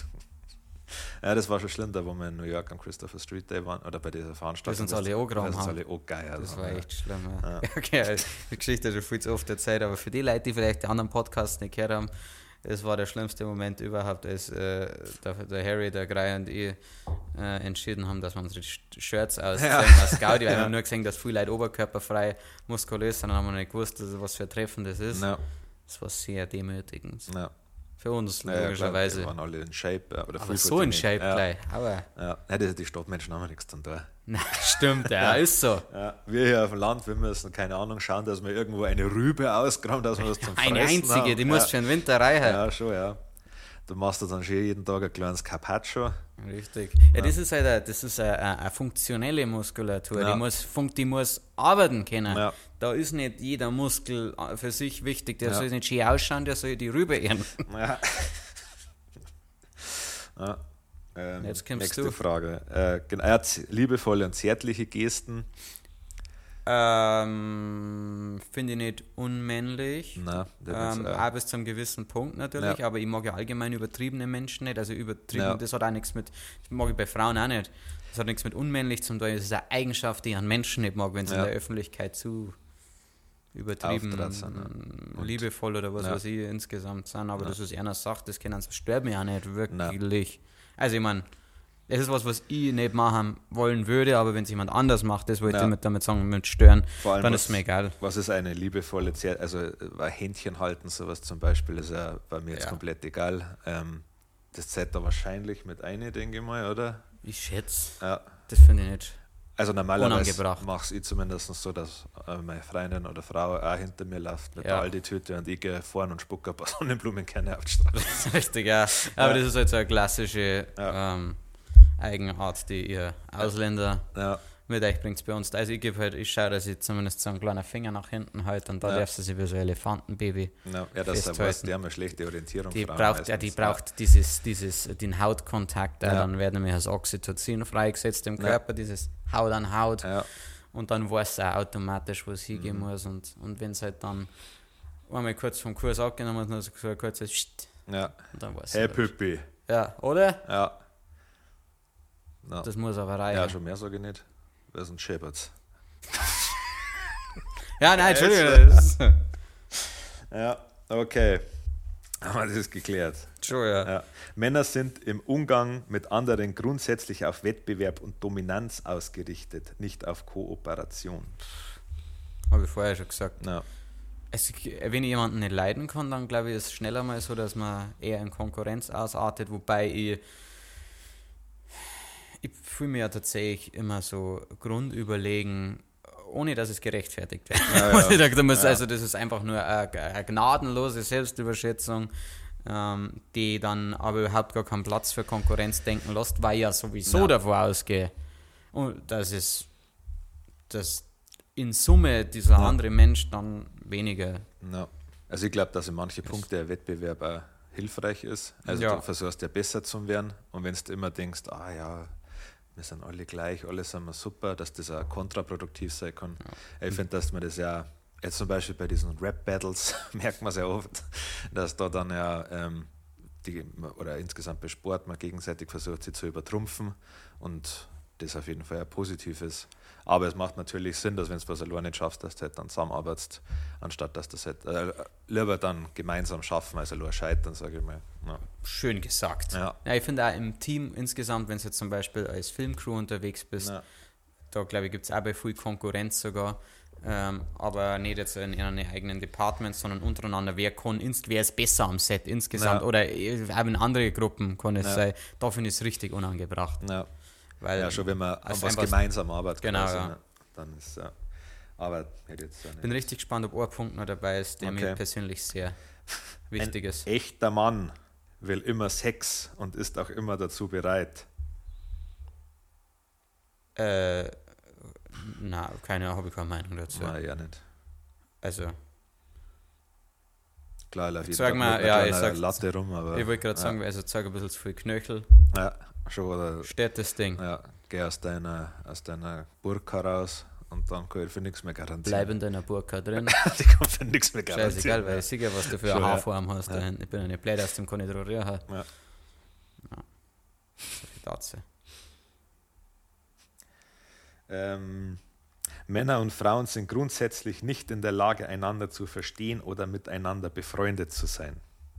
Ja, das war schon schlimm, da wo wir in New York am Christopher Street Day waren, oder bei dieser Veranstaltung. uns alle angegraben Das ist haben. alle angegangen. Das war echt schlimm. Ja. Ja. Okay, die Geschichte ist schon viel zu oft erzählt, aber für die Leute, die vielleicht die anderen Podcasts nicht gehört haben, es war der schlimmste Moment überhaupt, als der Harry, der Grey und ich entschieden haben, dass wir unsere Shirts ausziehen als Gaudi, weil wir haben nur gesehen, dass viele Leute oberkörperfrei muskulös sind, und haben wir nicht gewusst, was für ein Treffen das ist. Ja, Das war sehr demütigend. ja. Für uns, Ja, klar, logischerweise. die waren alle in Shape. Ja, oder Aber viel so von in denen. Shape Ja. gleich. Aber, Ja, die Stadtmenschen haben nichts zu tun. na, stimmt, ja, ist so. Ja, wir hier auf dem Land, wir müssen, keine Ahnung, schauen, dass wir irgendwo eine Rübe ausgraben, dass wir was zum Fressen Eine einzige, haben. die muss für den Winter reichen. Ja, schon, ja. Du machst dann schon jeden Tag ein kleines Carpaccio. Richtig. Ja, das ist halt eine funktionelle Muskulatur. Ja. Die muss arbeiten können. Ja. Da ist nicht jeder Muskel für sich wichtig. Der Ja. soll nicht schön ausschauen, der soll die Rübe ehren. Ja. Ja. Jetzt kommst nächste du. Frage. Er hat liebevolle und zärtliche Gesten. Finde ich nicht unmännlich. Nein, auch bis zu einem gewissen Punkt natürlich, aber ich mag ja allgemein übertriebene Menschen nicht. Also übertrieben, das hat auch nichts mit, das mag ich bei Frauen auch nicht. Das hat nichts mit unmännlich zu tun. Das ist eine Eigenschaft, die ich an Menschen nicht mag, wenn sie in der Öffentlichkeit zu übertrieben liebevoll oder was weiß ich insgesamt sind. Aber das ist einer sagt, das stört mich auch nicht wirklich. Also ich meine, es ist was ich nicht machen wollen würde, aber wenn es jemand anders macht, das wollte ich damit sagen, mit stören, dann ist es mir egal. Was ist eine liebevolle also ein Händchen halten, sowas zum Beispiel, ist ja bei mir jetzt komplett egal. Das zählt da wahrscheinlich mit ein, denke ich mal, oder? Ich schätze. Ja. Das finde ich nicht. Also normalerweise mache ich zumindest so, dass meine Freundin oder Frau auch hinter mir läuft mit der Aldi-Tüte und ich gehe vorne und spucke ein paar Sonnenblumenkerne auf die Straße. Richtig, ja. Aber das ist halt so eine klassische Eigenart, die ihr Ausländer mit euch bringt bei uns. Also ich schaue, dass ich zumindest so einen kleinen Finger nach hinten halte und da darfst du sie wie so ein Elefantenbaby das heißt, die haben eine schlechte Orientierung. Die braucht den Hautkontakt, dann werden nämlich das Oxytocin freigesetzt im Körper, dieses Haut an Haut und dann weiß es auch automatisch, wo es hingehen muss und wenn es halt dann einmal kurz vom Kurs abgenommen hat, dann so ein kurzes und dann weiß hey Püppi. Ja, oder? Ja. No. Das muss aber reichen. Ja, schon mehr sage ich nicht. Wir sind Shepherds. Ja, nein, Entschuldigung. Ja, okay. Haben wir das geklärt. Schon, ja. Männer sind im Umgang mit anderen grundsätzlich auf Wettbewerb und Dominanz ausgerichtet, nicht auf Kooperation. Habe ich vorher schon gesagt. Ja. Also, wenn ich jemanden nicht leiden kann, dann glaube ich, ist es schneller mal so, dass man eher in Konkurrenz ausartet, wobei ich fühle mich ja tatsächlich immer so grundüberlegen, ohne dass es gerechtfertigt wird. Also das ist einfach nur eine gnadenlose Selbstüberschätzung, die dann aber überhaupt gar keinen Platz für Konkurrenz denken lässt, weil ich ja sowieso davon ausgehe. Und dass in Summe dieser andere Mensch dann weniger. Ja. Also ich glaube, dass in manchen Punkten der Wettbewerb auch hilfreich ist. Also du versuchst ja besser zu werden und wenn du immer denkst, wir sind alle gleich, alle sind wir super, dass das auch kontraproduktiv sein kann. Ja. Ich finde, dass man das ja, jetzt zum Beispiel bei diesen Rap-Battles, merkt man sehr oft, dass da dann oder insgesamt bei Sport man gegenseitig versucht, sie zu übertrumpfen und das auf jeden Fall ja positiv ist. Aber es macht natürlich Sinn, dass wenn du was alleine nicht schaffst, dass du halt dann zusammenarbeitest, anstatt dass du das halt lieber dann gemeinsam schaffen, als allein scheitern, sage ich mal. Ja. Schön gesagt. Ja, ich finde auch im Team insgesamt, wenn du jetzt zum Beispiel als Filmcrew unterwegs bist, da glaube ich, gibt es auch bei viel Konkurrenz sogar, aber nicht jetzt in einem eigenen Department, sondern untereinander, wer ist besser am Set insgesamt oder auch in andere Gruppen kann es sein, da finde ich es richtig unangebracht. Ja. Weil schon wenn man an was gemeinsam arbeitet, genau, dann ist aber jetzt bin richtig gespannt, ob ein Punkt noch dabei ist, der mir persönlich sehr wichtig ist. Ein echter Mann will immer Sex und ist auch immer dazu bereit. Habe ich keine Meinung dazu. Nein, ja nicht. Also klar, ich sag mal, ich sag Latte rum, aber ich wollte gerade sagen, also zeig ein bisschen zu viel Knöchel. Ja, schon oder steht das Ding. Ja, geh aus deiner Burka raus und dann kann ich für nichts mehr garantieren. Bleib in deiner Burka drin. Die kann für nichts mehr garantieren. Scheißegal, weil ich sehe ja, was du für eine Haarform hast. Ja. Ich bin ja nicht blöd, aus dem kann ich drüber rühren. Ja. Dazu. Männer und Frauen sind grundsätzlich nicht in der Lage, einander zu verstehen oder miteinander befreundet zu sein.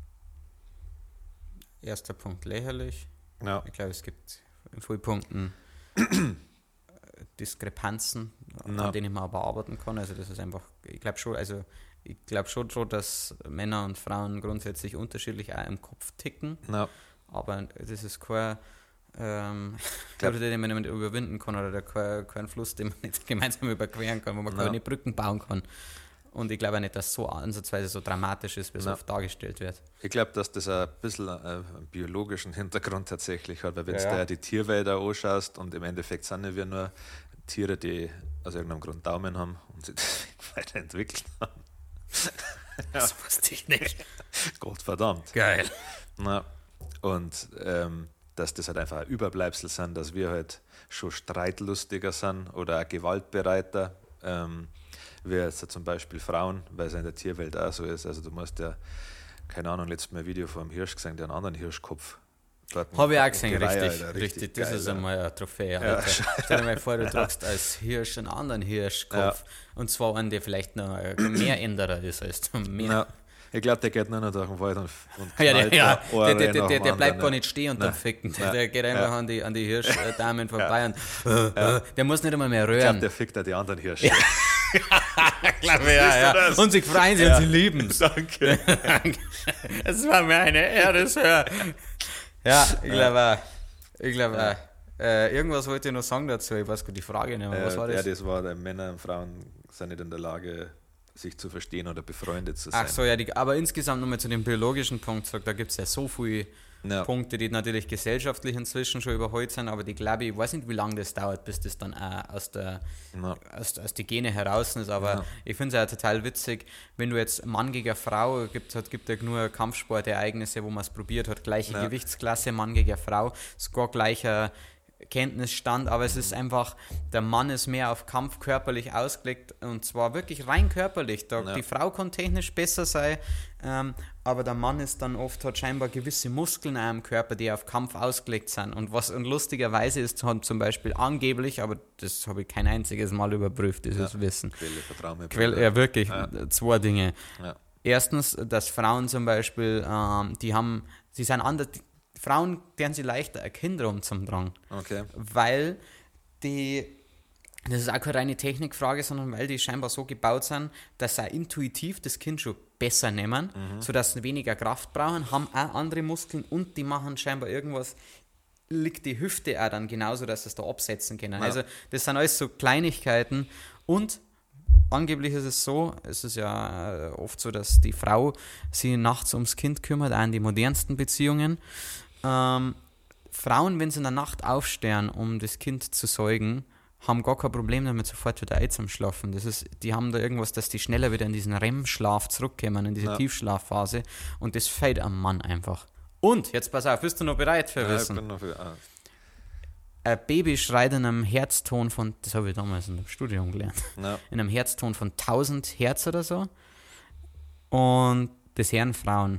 Erster Punkt lächerlich. Ja. Ich glaube, es gibt in vielen Punkten Diskrepanzen, an denen man aber arbeiten kann. Also das ist einfach, ich glaube schon, dass Männer und Frauen grundsätzlich unterschiedlich auch im Kopf ticken. Ja. Aber das ist kein den man nicht überwinden kann oder kein Fluss, den man nicht gemeinsam überqueren kann, wo man keine Brücken bauen kann. Und ich glaube auch nicht, dass so ansatzweise so dramatisch ist, wie es oft dargestellt wird. Ich glaube, dass das ein bisschen einen biologischen Hintergrund tatsächlich hat, weil wenn du dir die Tierwälder anschaust und im Endeffekt sind wir nur Tiere, die aus irgendeinem Grund Daumen haben und sich deswegen weiterentwickelt haben. Das wusste ich nicht. Gottverdammt. Geil. Und dass das halt einfach ein Überbleibsel sind, dass wir halt schon streitlustiger sind oder auch gewaltbereiter wie jetzt zum Beispiel Frauen, weil es ja in der Tierwelt auch so ist. Also du musst ja, keine Ahnung, letztes Mal ein Video von einem Hirsch gesehen, der einen anderen Hirschkopf. Habe ich auch gesehen, richtig. Alter, richtig. Das geil, ist einmal eine Trophäe. Ja. Stell dir mal vor, du tragst als Hirsch einen anderen Hirschkopf. Und zwar einen, der vielleicht noch mehr Änderer ist als mehr. Ja. Ich glaube, der geht nur noch durch den Wald und der bleibt gar nicht stehen und dann ficken. Der geht einfach an die Hirschdamen vorbei und der muss nicht einmal mehr rühren. Ich glaube, der fickt auch die anderen Hirsche. Glaube ja. Und sie freuen sich und sie lieben es. Danke. Es war mir eine Ehre, Sir. Ja, ich glaube auch. Irgendwas wollte ich noch sagen dazu. Ich weiß gar nicht die Frage nicht mehr. Was war das? Ja, das war, Männer und Frauen sind nicht in der Lage, sich zu verstehen oder befreundet zu sein. Ach so, ja, aber insgesamt nochmal zu dem biologischen Punkt, da gibt es ja so viele Punkte, die natürlich gesellschaftlich inzwischen schon überholt sind, aber die glaube ich weiß nicht, wie lange das dauert, bis das dann auch aus die Gene heraus ist, aber ich finde es ja total witzig, wenn du jetzt Mann gegen Frau, gibt ja nur Kampfsportereignisse, wo man es probiert hat, gleiche Gewichtsklasse, Mann gegen Frau, sogar gleicher Kenntnisstand, aber es ist einfach, der Mann ist mehr auf Kampf körperlich ausgelegt und zwar wirklich rein körperlich. Die Frau kann technisch besser sein, aber der Mann ist dann hat scheinbar gewisse Muskeln am Körper, die auf Kampf ausgelegt sind. Und lustigerweise ist zum Beispiel angeblich, aber das habe ich kein einziges Mal überprüft, dieses Wissen. Quelle, ja, wirklich, zwei Dinge. Ja. Erstens, dass Frauen zum Beispiel, sie sind anders. Frauen werden sie leichter ein Kind rumzutragen. Okay. Weil das ist auch keine reine Technikfrage, sondern weil die scheinbar so gebaut sind, dass sie intuitiv das Kind schon besser nehmen, sodass sie weniger Kraft brauchen, haben auch andere Muskeln und die machen scheinbar irgendwas, liegt die Hüfte auch dann genauso, dass sie es da absetzen können. Ja. Also das sind alles so Kleinigkeiten und angeblich ist es ja oft so, dass die Frau sich nachts ums Kind kümmert, auch in die modernsten Beziehungen. Frauen, wenn sie in der Nacht aufstehen, um das Kind zu säugen, haben gar kein Problem damit, sofort wieder einzuschlafen. Die haben da irgendwas, dass die schneller wieder in diesen REM-Schlaf zurückkommen, in diese Tiefschlafphase. Und das fällt am Mann einfach. Und, jetzt pass auf, bist du noch bereit für Wissen? Ich bin noch für, Ein Baby schreit in einem Herzton von, das habe ich damals in dem Studium gelernt, in einem Herzton von 1000 Hertz oder so. Und das hören Frauen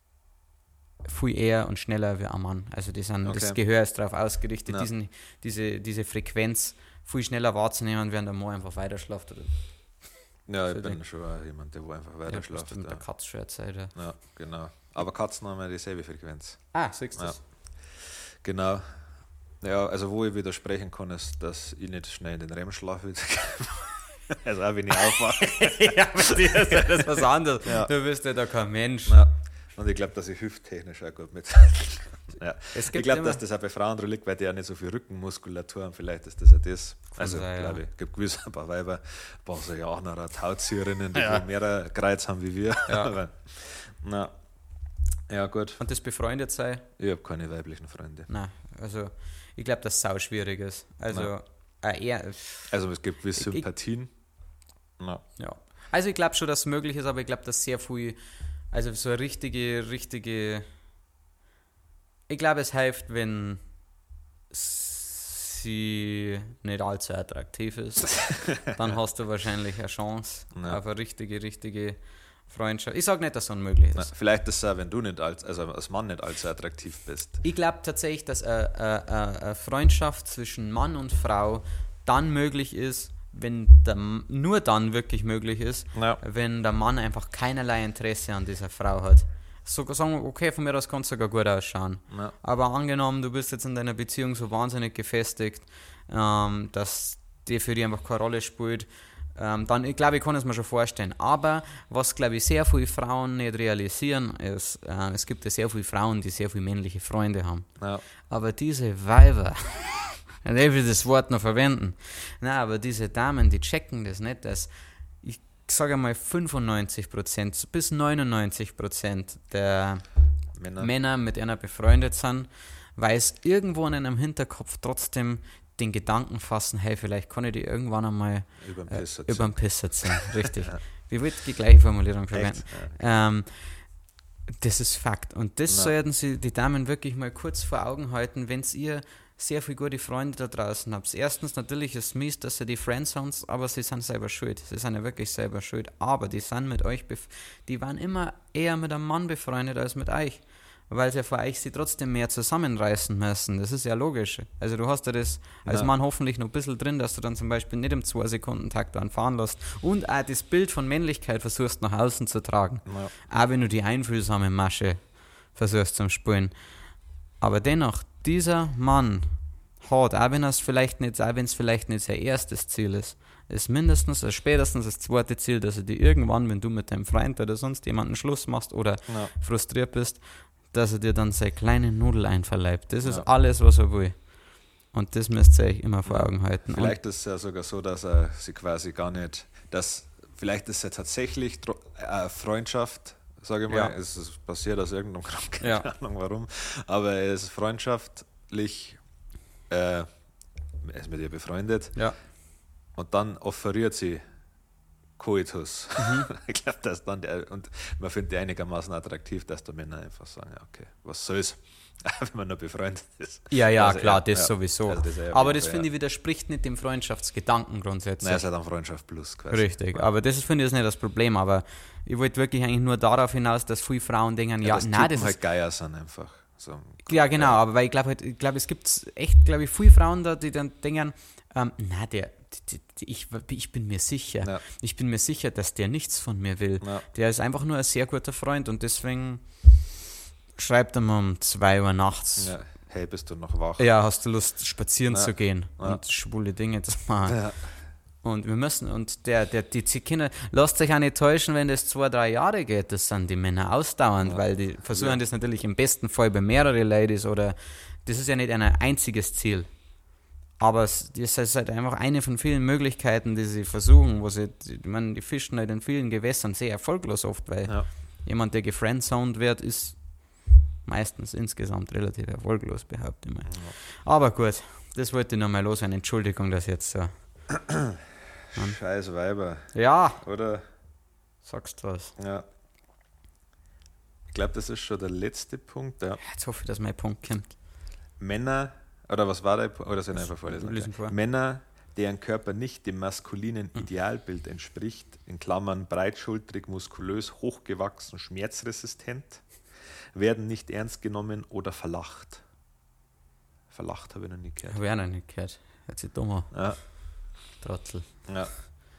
viel eher und schneller wie ein Mann. Also das Gehör ist darauf ausgerichtet, diese Frequenz viel schneller wahrzunehmen, während der Mann einfach weiter schläft. Ja, ich bin schon jemand, der einfach weiter schläft. Mit der Katze schon erzählt. Ja, genau. Aber Katzen haben ja dieselbe Frequenz. Ah, siehst du das? Genau. Ja, also wo ich widersprechen kann, ist, dass ich nicht schnell in den REM-Schlaf will. Also auch wenn ich aufwache. Ja, bei dir ist das was anderes. Ja. Du bist ja da kein Mensch. Ja. Und ich glaube, dass ich hüfttechnisch auch gut mit. Ja. Ich glaube, dass das auch bei Frauen drin liegt, weil die auch nicht so viel Rückenmuskulatur haben. Vielleicht ist das auch das. Also, glaube ich, es gibt gewiss ein paar Weiber, ein paar so Jahrner Tauzieherinnen, die mehr Kreuz haben wie wir. Ja. Aber, ja, gut. Und das befreundet sein? Ich habe keine weiblichen Freunde. Nein, also ich glaube, dass es sau schwierig ist. Also, also es gibt gewisse Sympathien. Ja. Also ich glaube schon, dass es möglich ist, aber ich glaube, dass sehr viel, also so eine richtige, ich glaube, es hilft, wenn sie nicht allzu attraktiv ist. Dann hast du wahrscheinlich eine Chance auf eine richtige Freundschaft. Ich sage nicht, dass es unmöglich ist. Vielleicht ist es auch, wenn du nicht als Mann nicht allzu attraktiv bist. Ich glaube tatsächlich, dass eine Freundschaft zwischen Mann und Frau dann möglich ist, nur dann wirklich möglich ist, wenn der Mann einfach keinerlei Interesse an dieser Frau hat. So sagen wir, okay, von mir aus kann es sogar gut ausschauen. Ja. Aber angenommen, du bist jetzt in deiner Beziehung so wahnsinnig gefestigt, dass die für dich einfach keine Rolle spielt, dann, ich glaube, ich kann es mir schon vorstellen. Aber was, glaube ich, sehr viele Frauen nicht realisieren, ist, es gibt ja sehr viele Frauen, die sehr viele männliche Freunde haben. Ja. Aber diese Weiber, ich will das Wort noch verwenden, aber diese Damen, die checken das nicht, dass ich sage mal 95% bis 99% der Männer mit einer befreundet sind, weil es irgendwo in einem Hinterkopf trotzdem den Gedanken fassen, hey, vielleicht kann ich die irgendwann einmal über den Pisser ziehen. Richtig. Wie wird die gleiche Formulierung verwenden? Ja. Das ist Fakt. Und das sollten sie die Damen wirklich mal kurz vor Augen halten, wenn es ihr sehr viele gute Freunde da draußen habt. Erstens, natürlich ist es mies, dass ihr die Friendzones, aber sie sind selber schuld. Sie sind ja wirklich selber schuld. Aber die sind mit euch, die waren immer eher mit einem Mann befreundet als mit euch. Weil sie für euch sie trotzdem mehr zusammenreißen müssen. Das ist ja logisch. Also du hast ja das als Mann hoffentlich noch ein bisschen drin, dass du dann zum Beispiel nicht im 2-Sekunden-Takt anfahren lässt und auch das Bild von Männlichkeit versuchst nach außen zu tragen. Ja. Auch wenn du die einfühlsame Masche versuchst zum Spielen. Aber dennoch, dieser Mann hat, auch wenn es vielleicht nicht sein erstes Ziel ist mindestens, spätestens das zweite Ziel, dass er dir irgendwann, wenn du mit deinem Freund oder sonst jemanden Schluss machst oder frustriert bist, dass er dir dann seine kleine Nudel einverleibt. Das ist alles, was er will. Und das müsst ihr euch immer vor Augen halten. Vielleicht ist es ja sogar so, dass er sie quasi gar nicht, vielleicht ist es ja tatsächlich Freundschaft, sage ich mal, es ist passiert aus irgendeinem Grund, keine Ahnung warum, aber er ist freundschaftlich, er ist mit ihr befreundet und dann offeriert sie Coitus. Ich glaube, dass dann und man findet die einigermaßen attraktiv, dass da Männer einfach sagen, ja, okay, was soll's, wenn man nur befreundet ist. Ja, also, klar, das sowieso. Also das aber das finde ich widerspricht nicht dem Freundschaftsgedanken grundsätzlich. Nein, es ist ja dann Freundschaft plus quasi. Richtig, aber das finde ich nicht das Problem, aber ich wollte wirklich eigentlich nur darauf hinaus, dass viele Frauen denken, das halt Geier sind einfach. So. Ja, genau, aber weil ich glaube, es gibt echt, viele Frauen da, die dann denken, ich bin mir sicher. Ich bin mir sicher, dass der nichts von mir will. Ja. Der ist einfach nur ein sehr guter Freund und deswegen schreibt er mir um 2 Uhr nachts. Ja. Hey, bist du noch wach? Ja, hast du Lust, spazieren zu gehen und schwule Dinge zu machen? Ja. Und wir müssen, und die Kinder, lasst euch auch nicht täuschen, wenn das 2-3 Jahre geht, das sind die Männer ausdauernd, weil die versuchen das natürlich im besten Fall bei mehreren Ladies oder das ist ja nicht ein einziges Ziel. Aber das ist halt einfach eine von vielen Möglichkeiten, die sie versuchen, die fischen halt in vielen Gewässern sehr erfolglos oft, weil jemand, der gefriendzoned wird, ist meistens insgesamt relativ erfolglos, behaupte ich mal. Ja. Aber gut, das wollte ich nochmal loswerden. Entschuldigung, dass jetzt so... Scheiß Weiber. Ja. Oder? Sagst du was? Ja. Ich glaube, das ist schon der letzte Punkt. Ja. Jetzt hoffe ich, dass mein Punkt kommt. Männer, oder was war der Punkt? Oder soll ich einfach vorlesen? Männer, deren Körper nicht dem maskulinen Idealbild entspricht, in Klammern breitschultrig, muskulös, hochgewachsen, schmerzresistent, werden nicht ernst genommen oder verlacht. Verlacht habe ich noch nie gehört. Habe ich auch noch nicht gehört. Hört sich dumm an. Ja. Trottel. Ja.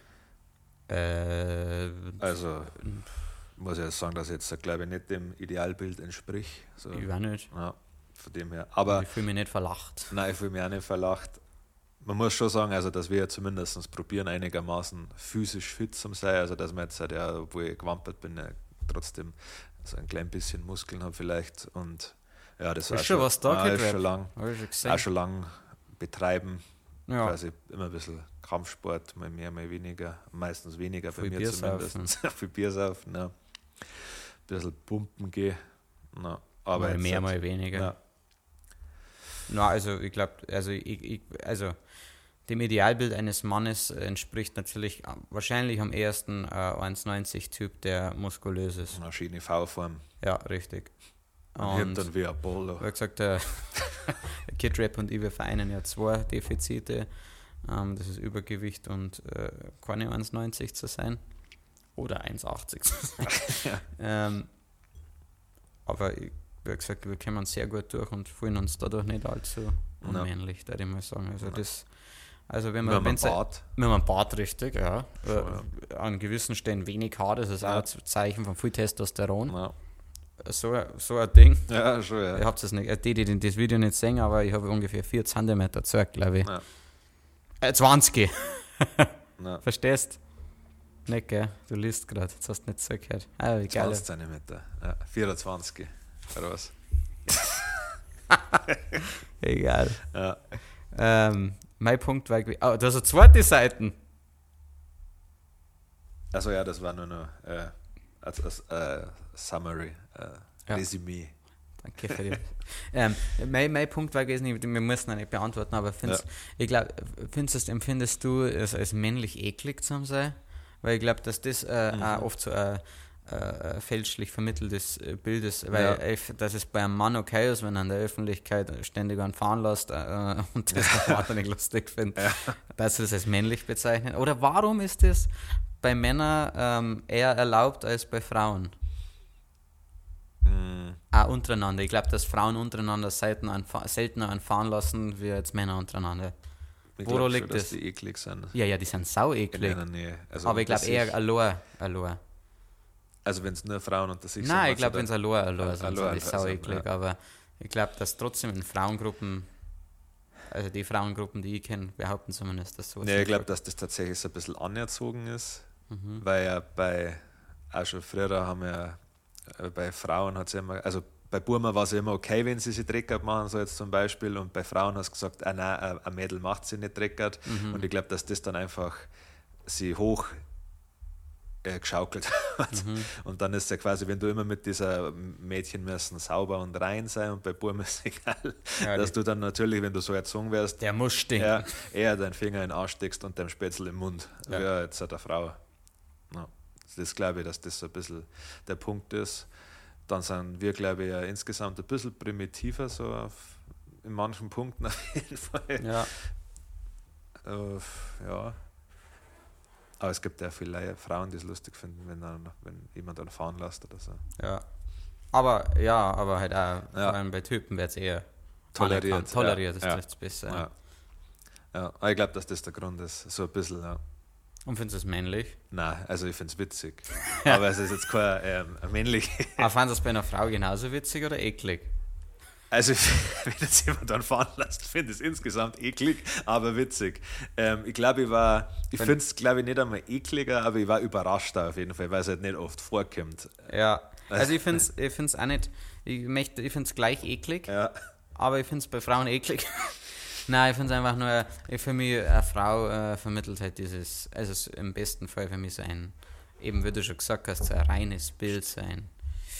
Also, muss ich jetzt sagen, dass jetzt, glaube ich, nicht dem Idealbild entspricht. So. Ich auch nicht. Ja, von dem her. Aber ich fühle mich nicht verlacht. Nein, ich fühle mich auch nicht verlacht. Man muss schon sagen, also, dass wir ja zumindest probieren, einigermaßen physisch fit zu sein. Also, dass man jetzt, obwohl ich gewampert bin, trotzdem so ein klein bisschen Muskeln habe vielleicht. Und ja, das war schon was da auch schon lang betreiben. Ja. Quasi immer ein bisschen Kampfsport, mal mehr, mal weniger. Meistens weniger bei mir zumindest. Viel Bier saufen, ja. Ein bisschen pumpen gehen. Ja. Aber mal mehr, mal weniger. Ja. Na, also ich glaube, also dem Idealbild eines Mannes entspricht natürlich wahrscheinlich am ehesten 1,90 Typ, der muskulös ist. Eine schöne V-Form. Ja, richtig. Und dann wie Apollo. Wie gesagt, Kid Rap und ich, wir vereinen ja 2 Defizite. Das ist Übergewicht und keine 1,90 zu sein. Oder 1,80 zu sein. Aber wie gesagt, wir kommen sehr gut durch und fühlen uns dadurch nicht allzu unmännlich, würde ich mal sagen. Also wenn man mit einem Bart, richtig, ja. An gewissen Stellen wenig Haar, das ist auch ein Zeichen von viel Testosteron. Ja. So ein Ding. Ja, schon, ja. Ihr habt es nicht, die das Video nicht sehen, aber ich habe ungefähr 4 cm Zeug, glaube ich. Ja. 20. Ja. Verstehst? Nicht, gell? Du liest gerade, jetzt hast du nicht zugehört. Ah, wie geil. 20 cm. Ja, 24. Oder was? Egal. Ja. Mein Punkt war... Oh, da sind 2 Seiten. Also ja, das war nur noch als Summary, Resümee. Danke für die. Mein Punkt war gewesen, wir müssen ihn nicht beantworten, aber empfindest du es als männlich eklig zu sein? Weil ich glaube, dass das auch oft so fälschlich vermitteltes Bild ist, weil dass es bei einem Mann okay ist, wenn er in der Öffentlichkeit ständig einen fahren lässt und das der Vater nicht lustig findet, dass er das als männlich bezeichnet. Oder warum ist das bei Männern eher erlaubt als bei Frauen? Auch untereinander. Ich glaube, dass Frauen untereinander seltener einen fahren lassen, wie jetzt Männer untereinander. Woran liegt das? Dass die eklig sind. Ja, die sind sau eklig. Also aber ich glaube eher allein. Also wenn es nur Frauen unter sich sind? Nein, ich glaube, wenn es allein sind, sind die sau also, eklig. ja. Aber ich glaube, dass trotzdem in Frauengruppen, also die Frauengruppen, die ich kenne, behaupten zumindest, dass so ist. Ja, ich glaube, dass das tatsächlich so ein bisschen anerzogen ist, weil ja auch schon früher haben wir bei Frauen hat es immer, also bei Burma war es ja immer okay, wenn sie sich dreckert machen, so jetzt zum Beispiel, und bei Frauen hast du gesagt, nein, ein Mädel macht sie nicht dreckert, und ich glaube, dass das dann einfach sie hoch geschaukelt hat. Und dann ist es ja quasi, wenn du immer mit dieser Mädchen müssen sauber und rein sein, und bei Burma ist es egal, dass du dann natürlich, wenn du so erzogen wärst, der muss stinken. Eher deinen Finger in den Arsch steckst und deinem Spätzle im Mund, wie jetzt eine Frau. Ja. Das glaube ich, dass das so ein bisschen der Punkt ist. Dann sind wir, glaube ich, ja insgesamt ein bisschen primitiver, so in manchen Punkten auf jeden Fall. Ja. Ja. Aber es gibt ja viele Frauen, die es lustig finden, wenn jemand dann fahren lässt oder so. Ja. Aber halt auch, vor allem bei Typen wird es eher toleriert. Toleriert ist das besser. Ja. Aber ich glaube, dass das der Grund ist, so ein bisschen, ja. Und findest du es männlich? Nein, also ich finde es witzig. Aber es ist jetzt kein männlich. Aber fandest du es bei einer Frau genauso witzig oder eklig? Also, wenn jetzt jemand dann fahren lässt, finde ich es insgesamt eklig, aber witzig. Ich glaube, ich finde es, glaube ich, nicht einmal ekliger, aber ich war überrascht auf jeden Fall, weil es halt nicht oft vorkommt. Ja, also ich finde es auch nicht, ich finde es gleich eklig, aber ich finde es bei Frauen eklig. Nein, ich finde es einfach nur, für mich, eine Frau vermittelt halt dieses, also im besten Fall für mich so ein, eben wie du schon gesagt hast, so ein reines Bild sein.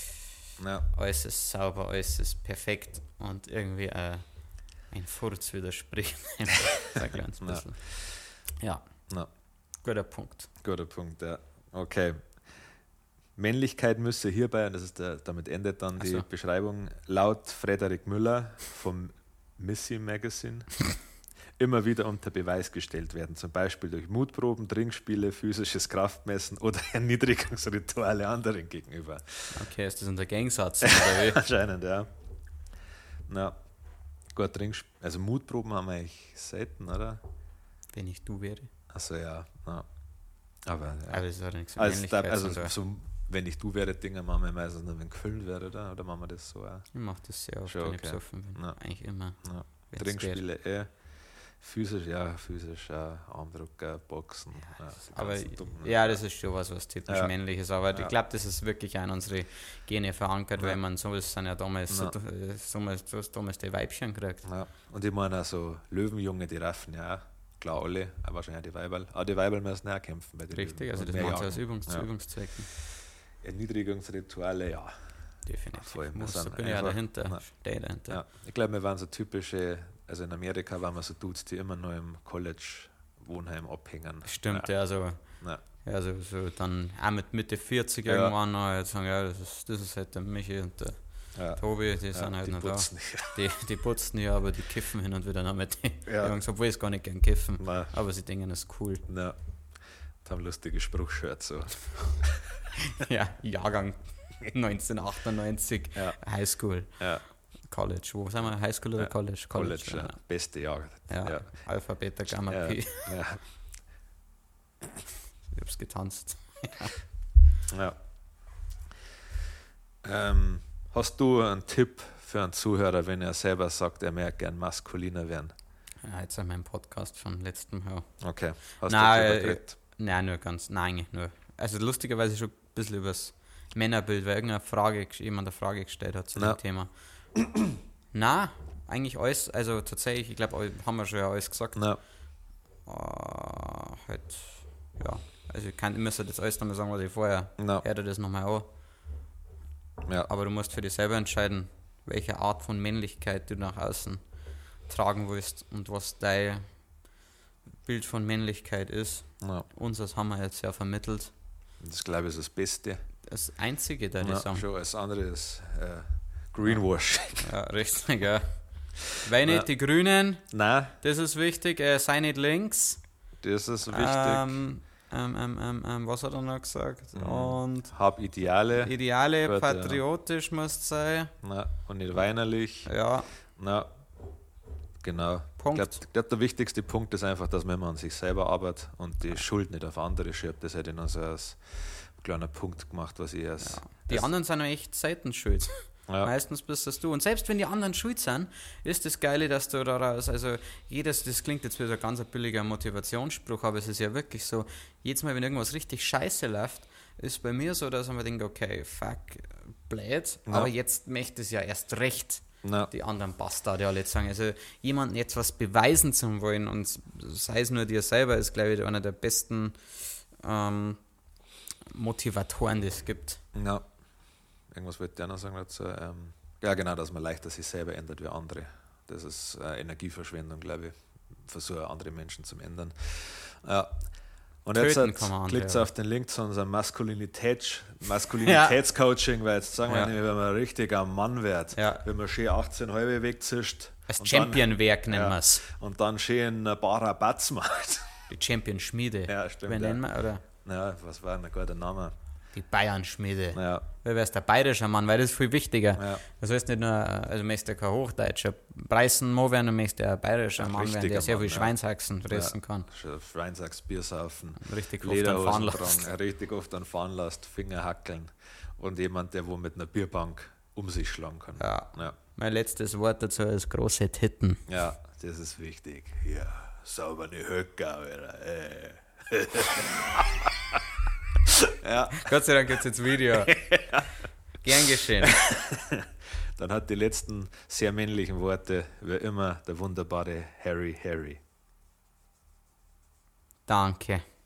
Alles ist sauber, alles ist perfekt und irgendwie ein Furz widerspricht. So ein kleines bisschen. Ja. Guter Punkt. Ja. Okay. Männlichkeit müsse hierbei, und das ist damit endet dann die Beschreibung, laut Frederik Müller vom Missy Magazine immer wieder unter Beweis gestellt werden, zum Beispiel durch Mutproben, Trinkspiele, physisches Kraftmessen oder Erniedrigungsrituale anderen gegenüber. Okay, ist das unter Gegensatz? Oder wie? Anscheinend, ja. Na, gut, also Mutproben haben wir eigentlich selten, oder? Wenn ich du wäre. Achso, ja. Aber das ist halt nichts so, wenn ich du wäre, Dinge machen wir meistens nur, wenn gefüllt wäre, oder machen wir das so auch? Ich mache das sehr oft, wenn ich besoffen bin. Eigentlich immer. Trinkspiele physisch, Armdrücker, Boxen. Das ist schon was typisch Männliches, aber ich glaube, das ist wirklich an unsere Gene verankert, weil man sowas sind ja damals die Weibchen gekriegt. Ja. Und ich meine auch so Löwenjunge, die raffen ja klar alle, aber wahrscheinlich die Weiberl. Aber die Weiberl müssen auch kämpfen bei den Richtig, Löwen. also das machen sie aus Übungszwecken. Erniedrigungsrituale, ja. Definitiv. Da bin ich ja dahinter. Stehe dahinter. Ja. Ich glaube, wir waren so typische, also in Amerika waren wir so Dudes, die immer nur im College-Wohnheim abhängen. Stimmt, so dann auch mit Mitte 40 irgendwann noch halt sagen, das ist halt der Michi und der Tobi, die sind halt noch da. Die putzen ja, aber die kiffen hin und wieder noch mit den Jungs, obwohl sie gar nicht gern kiffen. Aber sie denken, das ist cool. Ja. Die haben lustige Spruchshirts so. Ja, Jahrgang 1998, Highschool. Ja. College, wo sind wir? Highschool oder College? College, beste Jahr. Ja. Alpha, Beta, Gamma, Pi. Ja. Ich hab's getanzt. Hast du einen Tipp für einen Zuhörer, wenn er selber sagt, er möchte gern maskuliner werden? Ja, jetzt in meinem Podcast von letztem Jahr. Okay. Hast du darüber geredet? Nein, eigentlich nur. Also lustigerweise schon ein bisschen über das Männerbild, weil jemand eine Frage gestellt hat zu dem Thema. Nein, eigentlich alles, also tatsächlich, ich glaube, haben wir schon alles gesagt. Also ich müsste jetzt alles nochmal sagen, was ich vorher hörte das nochmal an. Ja. Aber du musst für dich selber entscheiden, welche Art von Männlichkeit du nach außen tragen willst und was dein Bild von Männlichkeit ist. Unseres haben wir jetzt ja vermittelt. Das glaube ich ist das Beste. das Einzige, da die Ja, sagen. schon, alles andere ist Greenwashing. Ja, richtig, ja. Weil nicht die Grünen, Nein, das ist wichtig, sei nicht links. das ist wichtig. Was hat er noch gesagt? Und Hab Ideale. Ideale, Gut, patriotisch musst sein. Na, und nicht weinerlich. Ja, Na, genau. Punkt. Ich glaube, der wichtigste Punkt ist einfach, dass man an sich selber arbeitet und die Schuld nicht auf andere schiebt. Das hätte ich noch so als kleiner Punkt gemacht, was ich als. die anderen sind ja echt selten schuld. Ja. Meistens bist das du. Und selbst wenn die anderen schuld sind, ist das Geile, dass du daraus, also das klingt jetzt wie so ein ganz billiger Motivationsspruch, aber es ist ja wirklich so, jedes Mal, wenn irgendwas richtig scheiße läuft, ist bei mir so, dass ich mir denke, okay, fuck, blöd, aber jetzt möchte es ja erst recht die anderen Bastarde alle sagen. Also jemandem jetzt was beweisen zu wollen und sei es nur dir selber, ist, glaube ich, einer der besten Motivatoren, die es gibt. Ja. Irgendwas wollte ich noch sagen dazu. Ja, genau, dass man leichter sich selber ändert wie andere. Das ist Energieverschwendung, glaube ich. Versuche andere Menschen zu ändern. Ja. Und Töten jetzt kann man klickt andere, auf den Link zu unserem Maskulinitätscoaching, weil jetzt sagen wir nämlich, wenn man richtig ein Mann wird, wenn man schön 18 halbe wegzischt. Als Champion-Werk nennen wir es. Und dann schön ein paar Rabatz macht. Die Champion-Schmiede. Ja, stimmt. Wie nennen wir, oder? Ja, was war denn ein guter Name? Die Bayern-Schmiede. Ja. Weil wärst der bayerische Mann, weil das ist viel wichtiger. Ja. Das heißt nicht nur, also möchtest du kein hochdeutscher Preisenmo werden, du möchtest ein bayerischer Mann werden, der sehr viel Schweinshaxen fressen kann. Schweinshax, Bier saufen, richtig oft anfahren lässt. Richtig oft anfahren lässt, Finger hackeln und jemand, der wo mit einer Bierbank um sich schlagen kann. Ja. Mein letztes Wort dazu ist große Titten. Ja, das ist wichtig. Ja, saubere Höcker, Ja. Gott sei Dank gibt es jetzt Video. Gern geschehen. Dann hat die letzten sehr männlichen Worte wie immer der wunderbare Harry. Danke.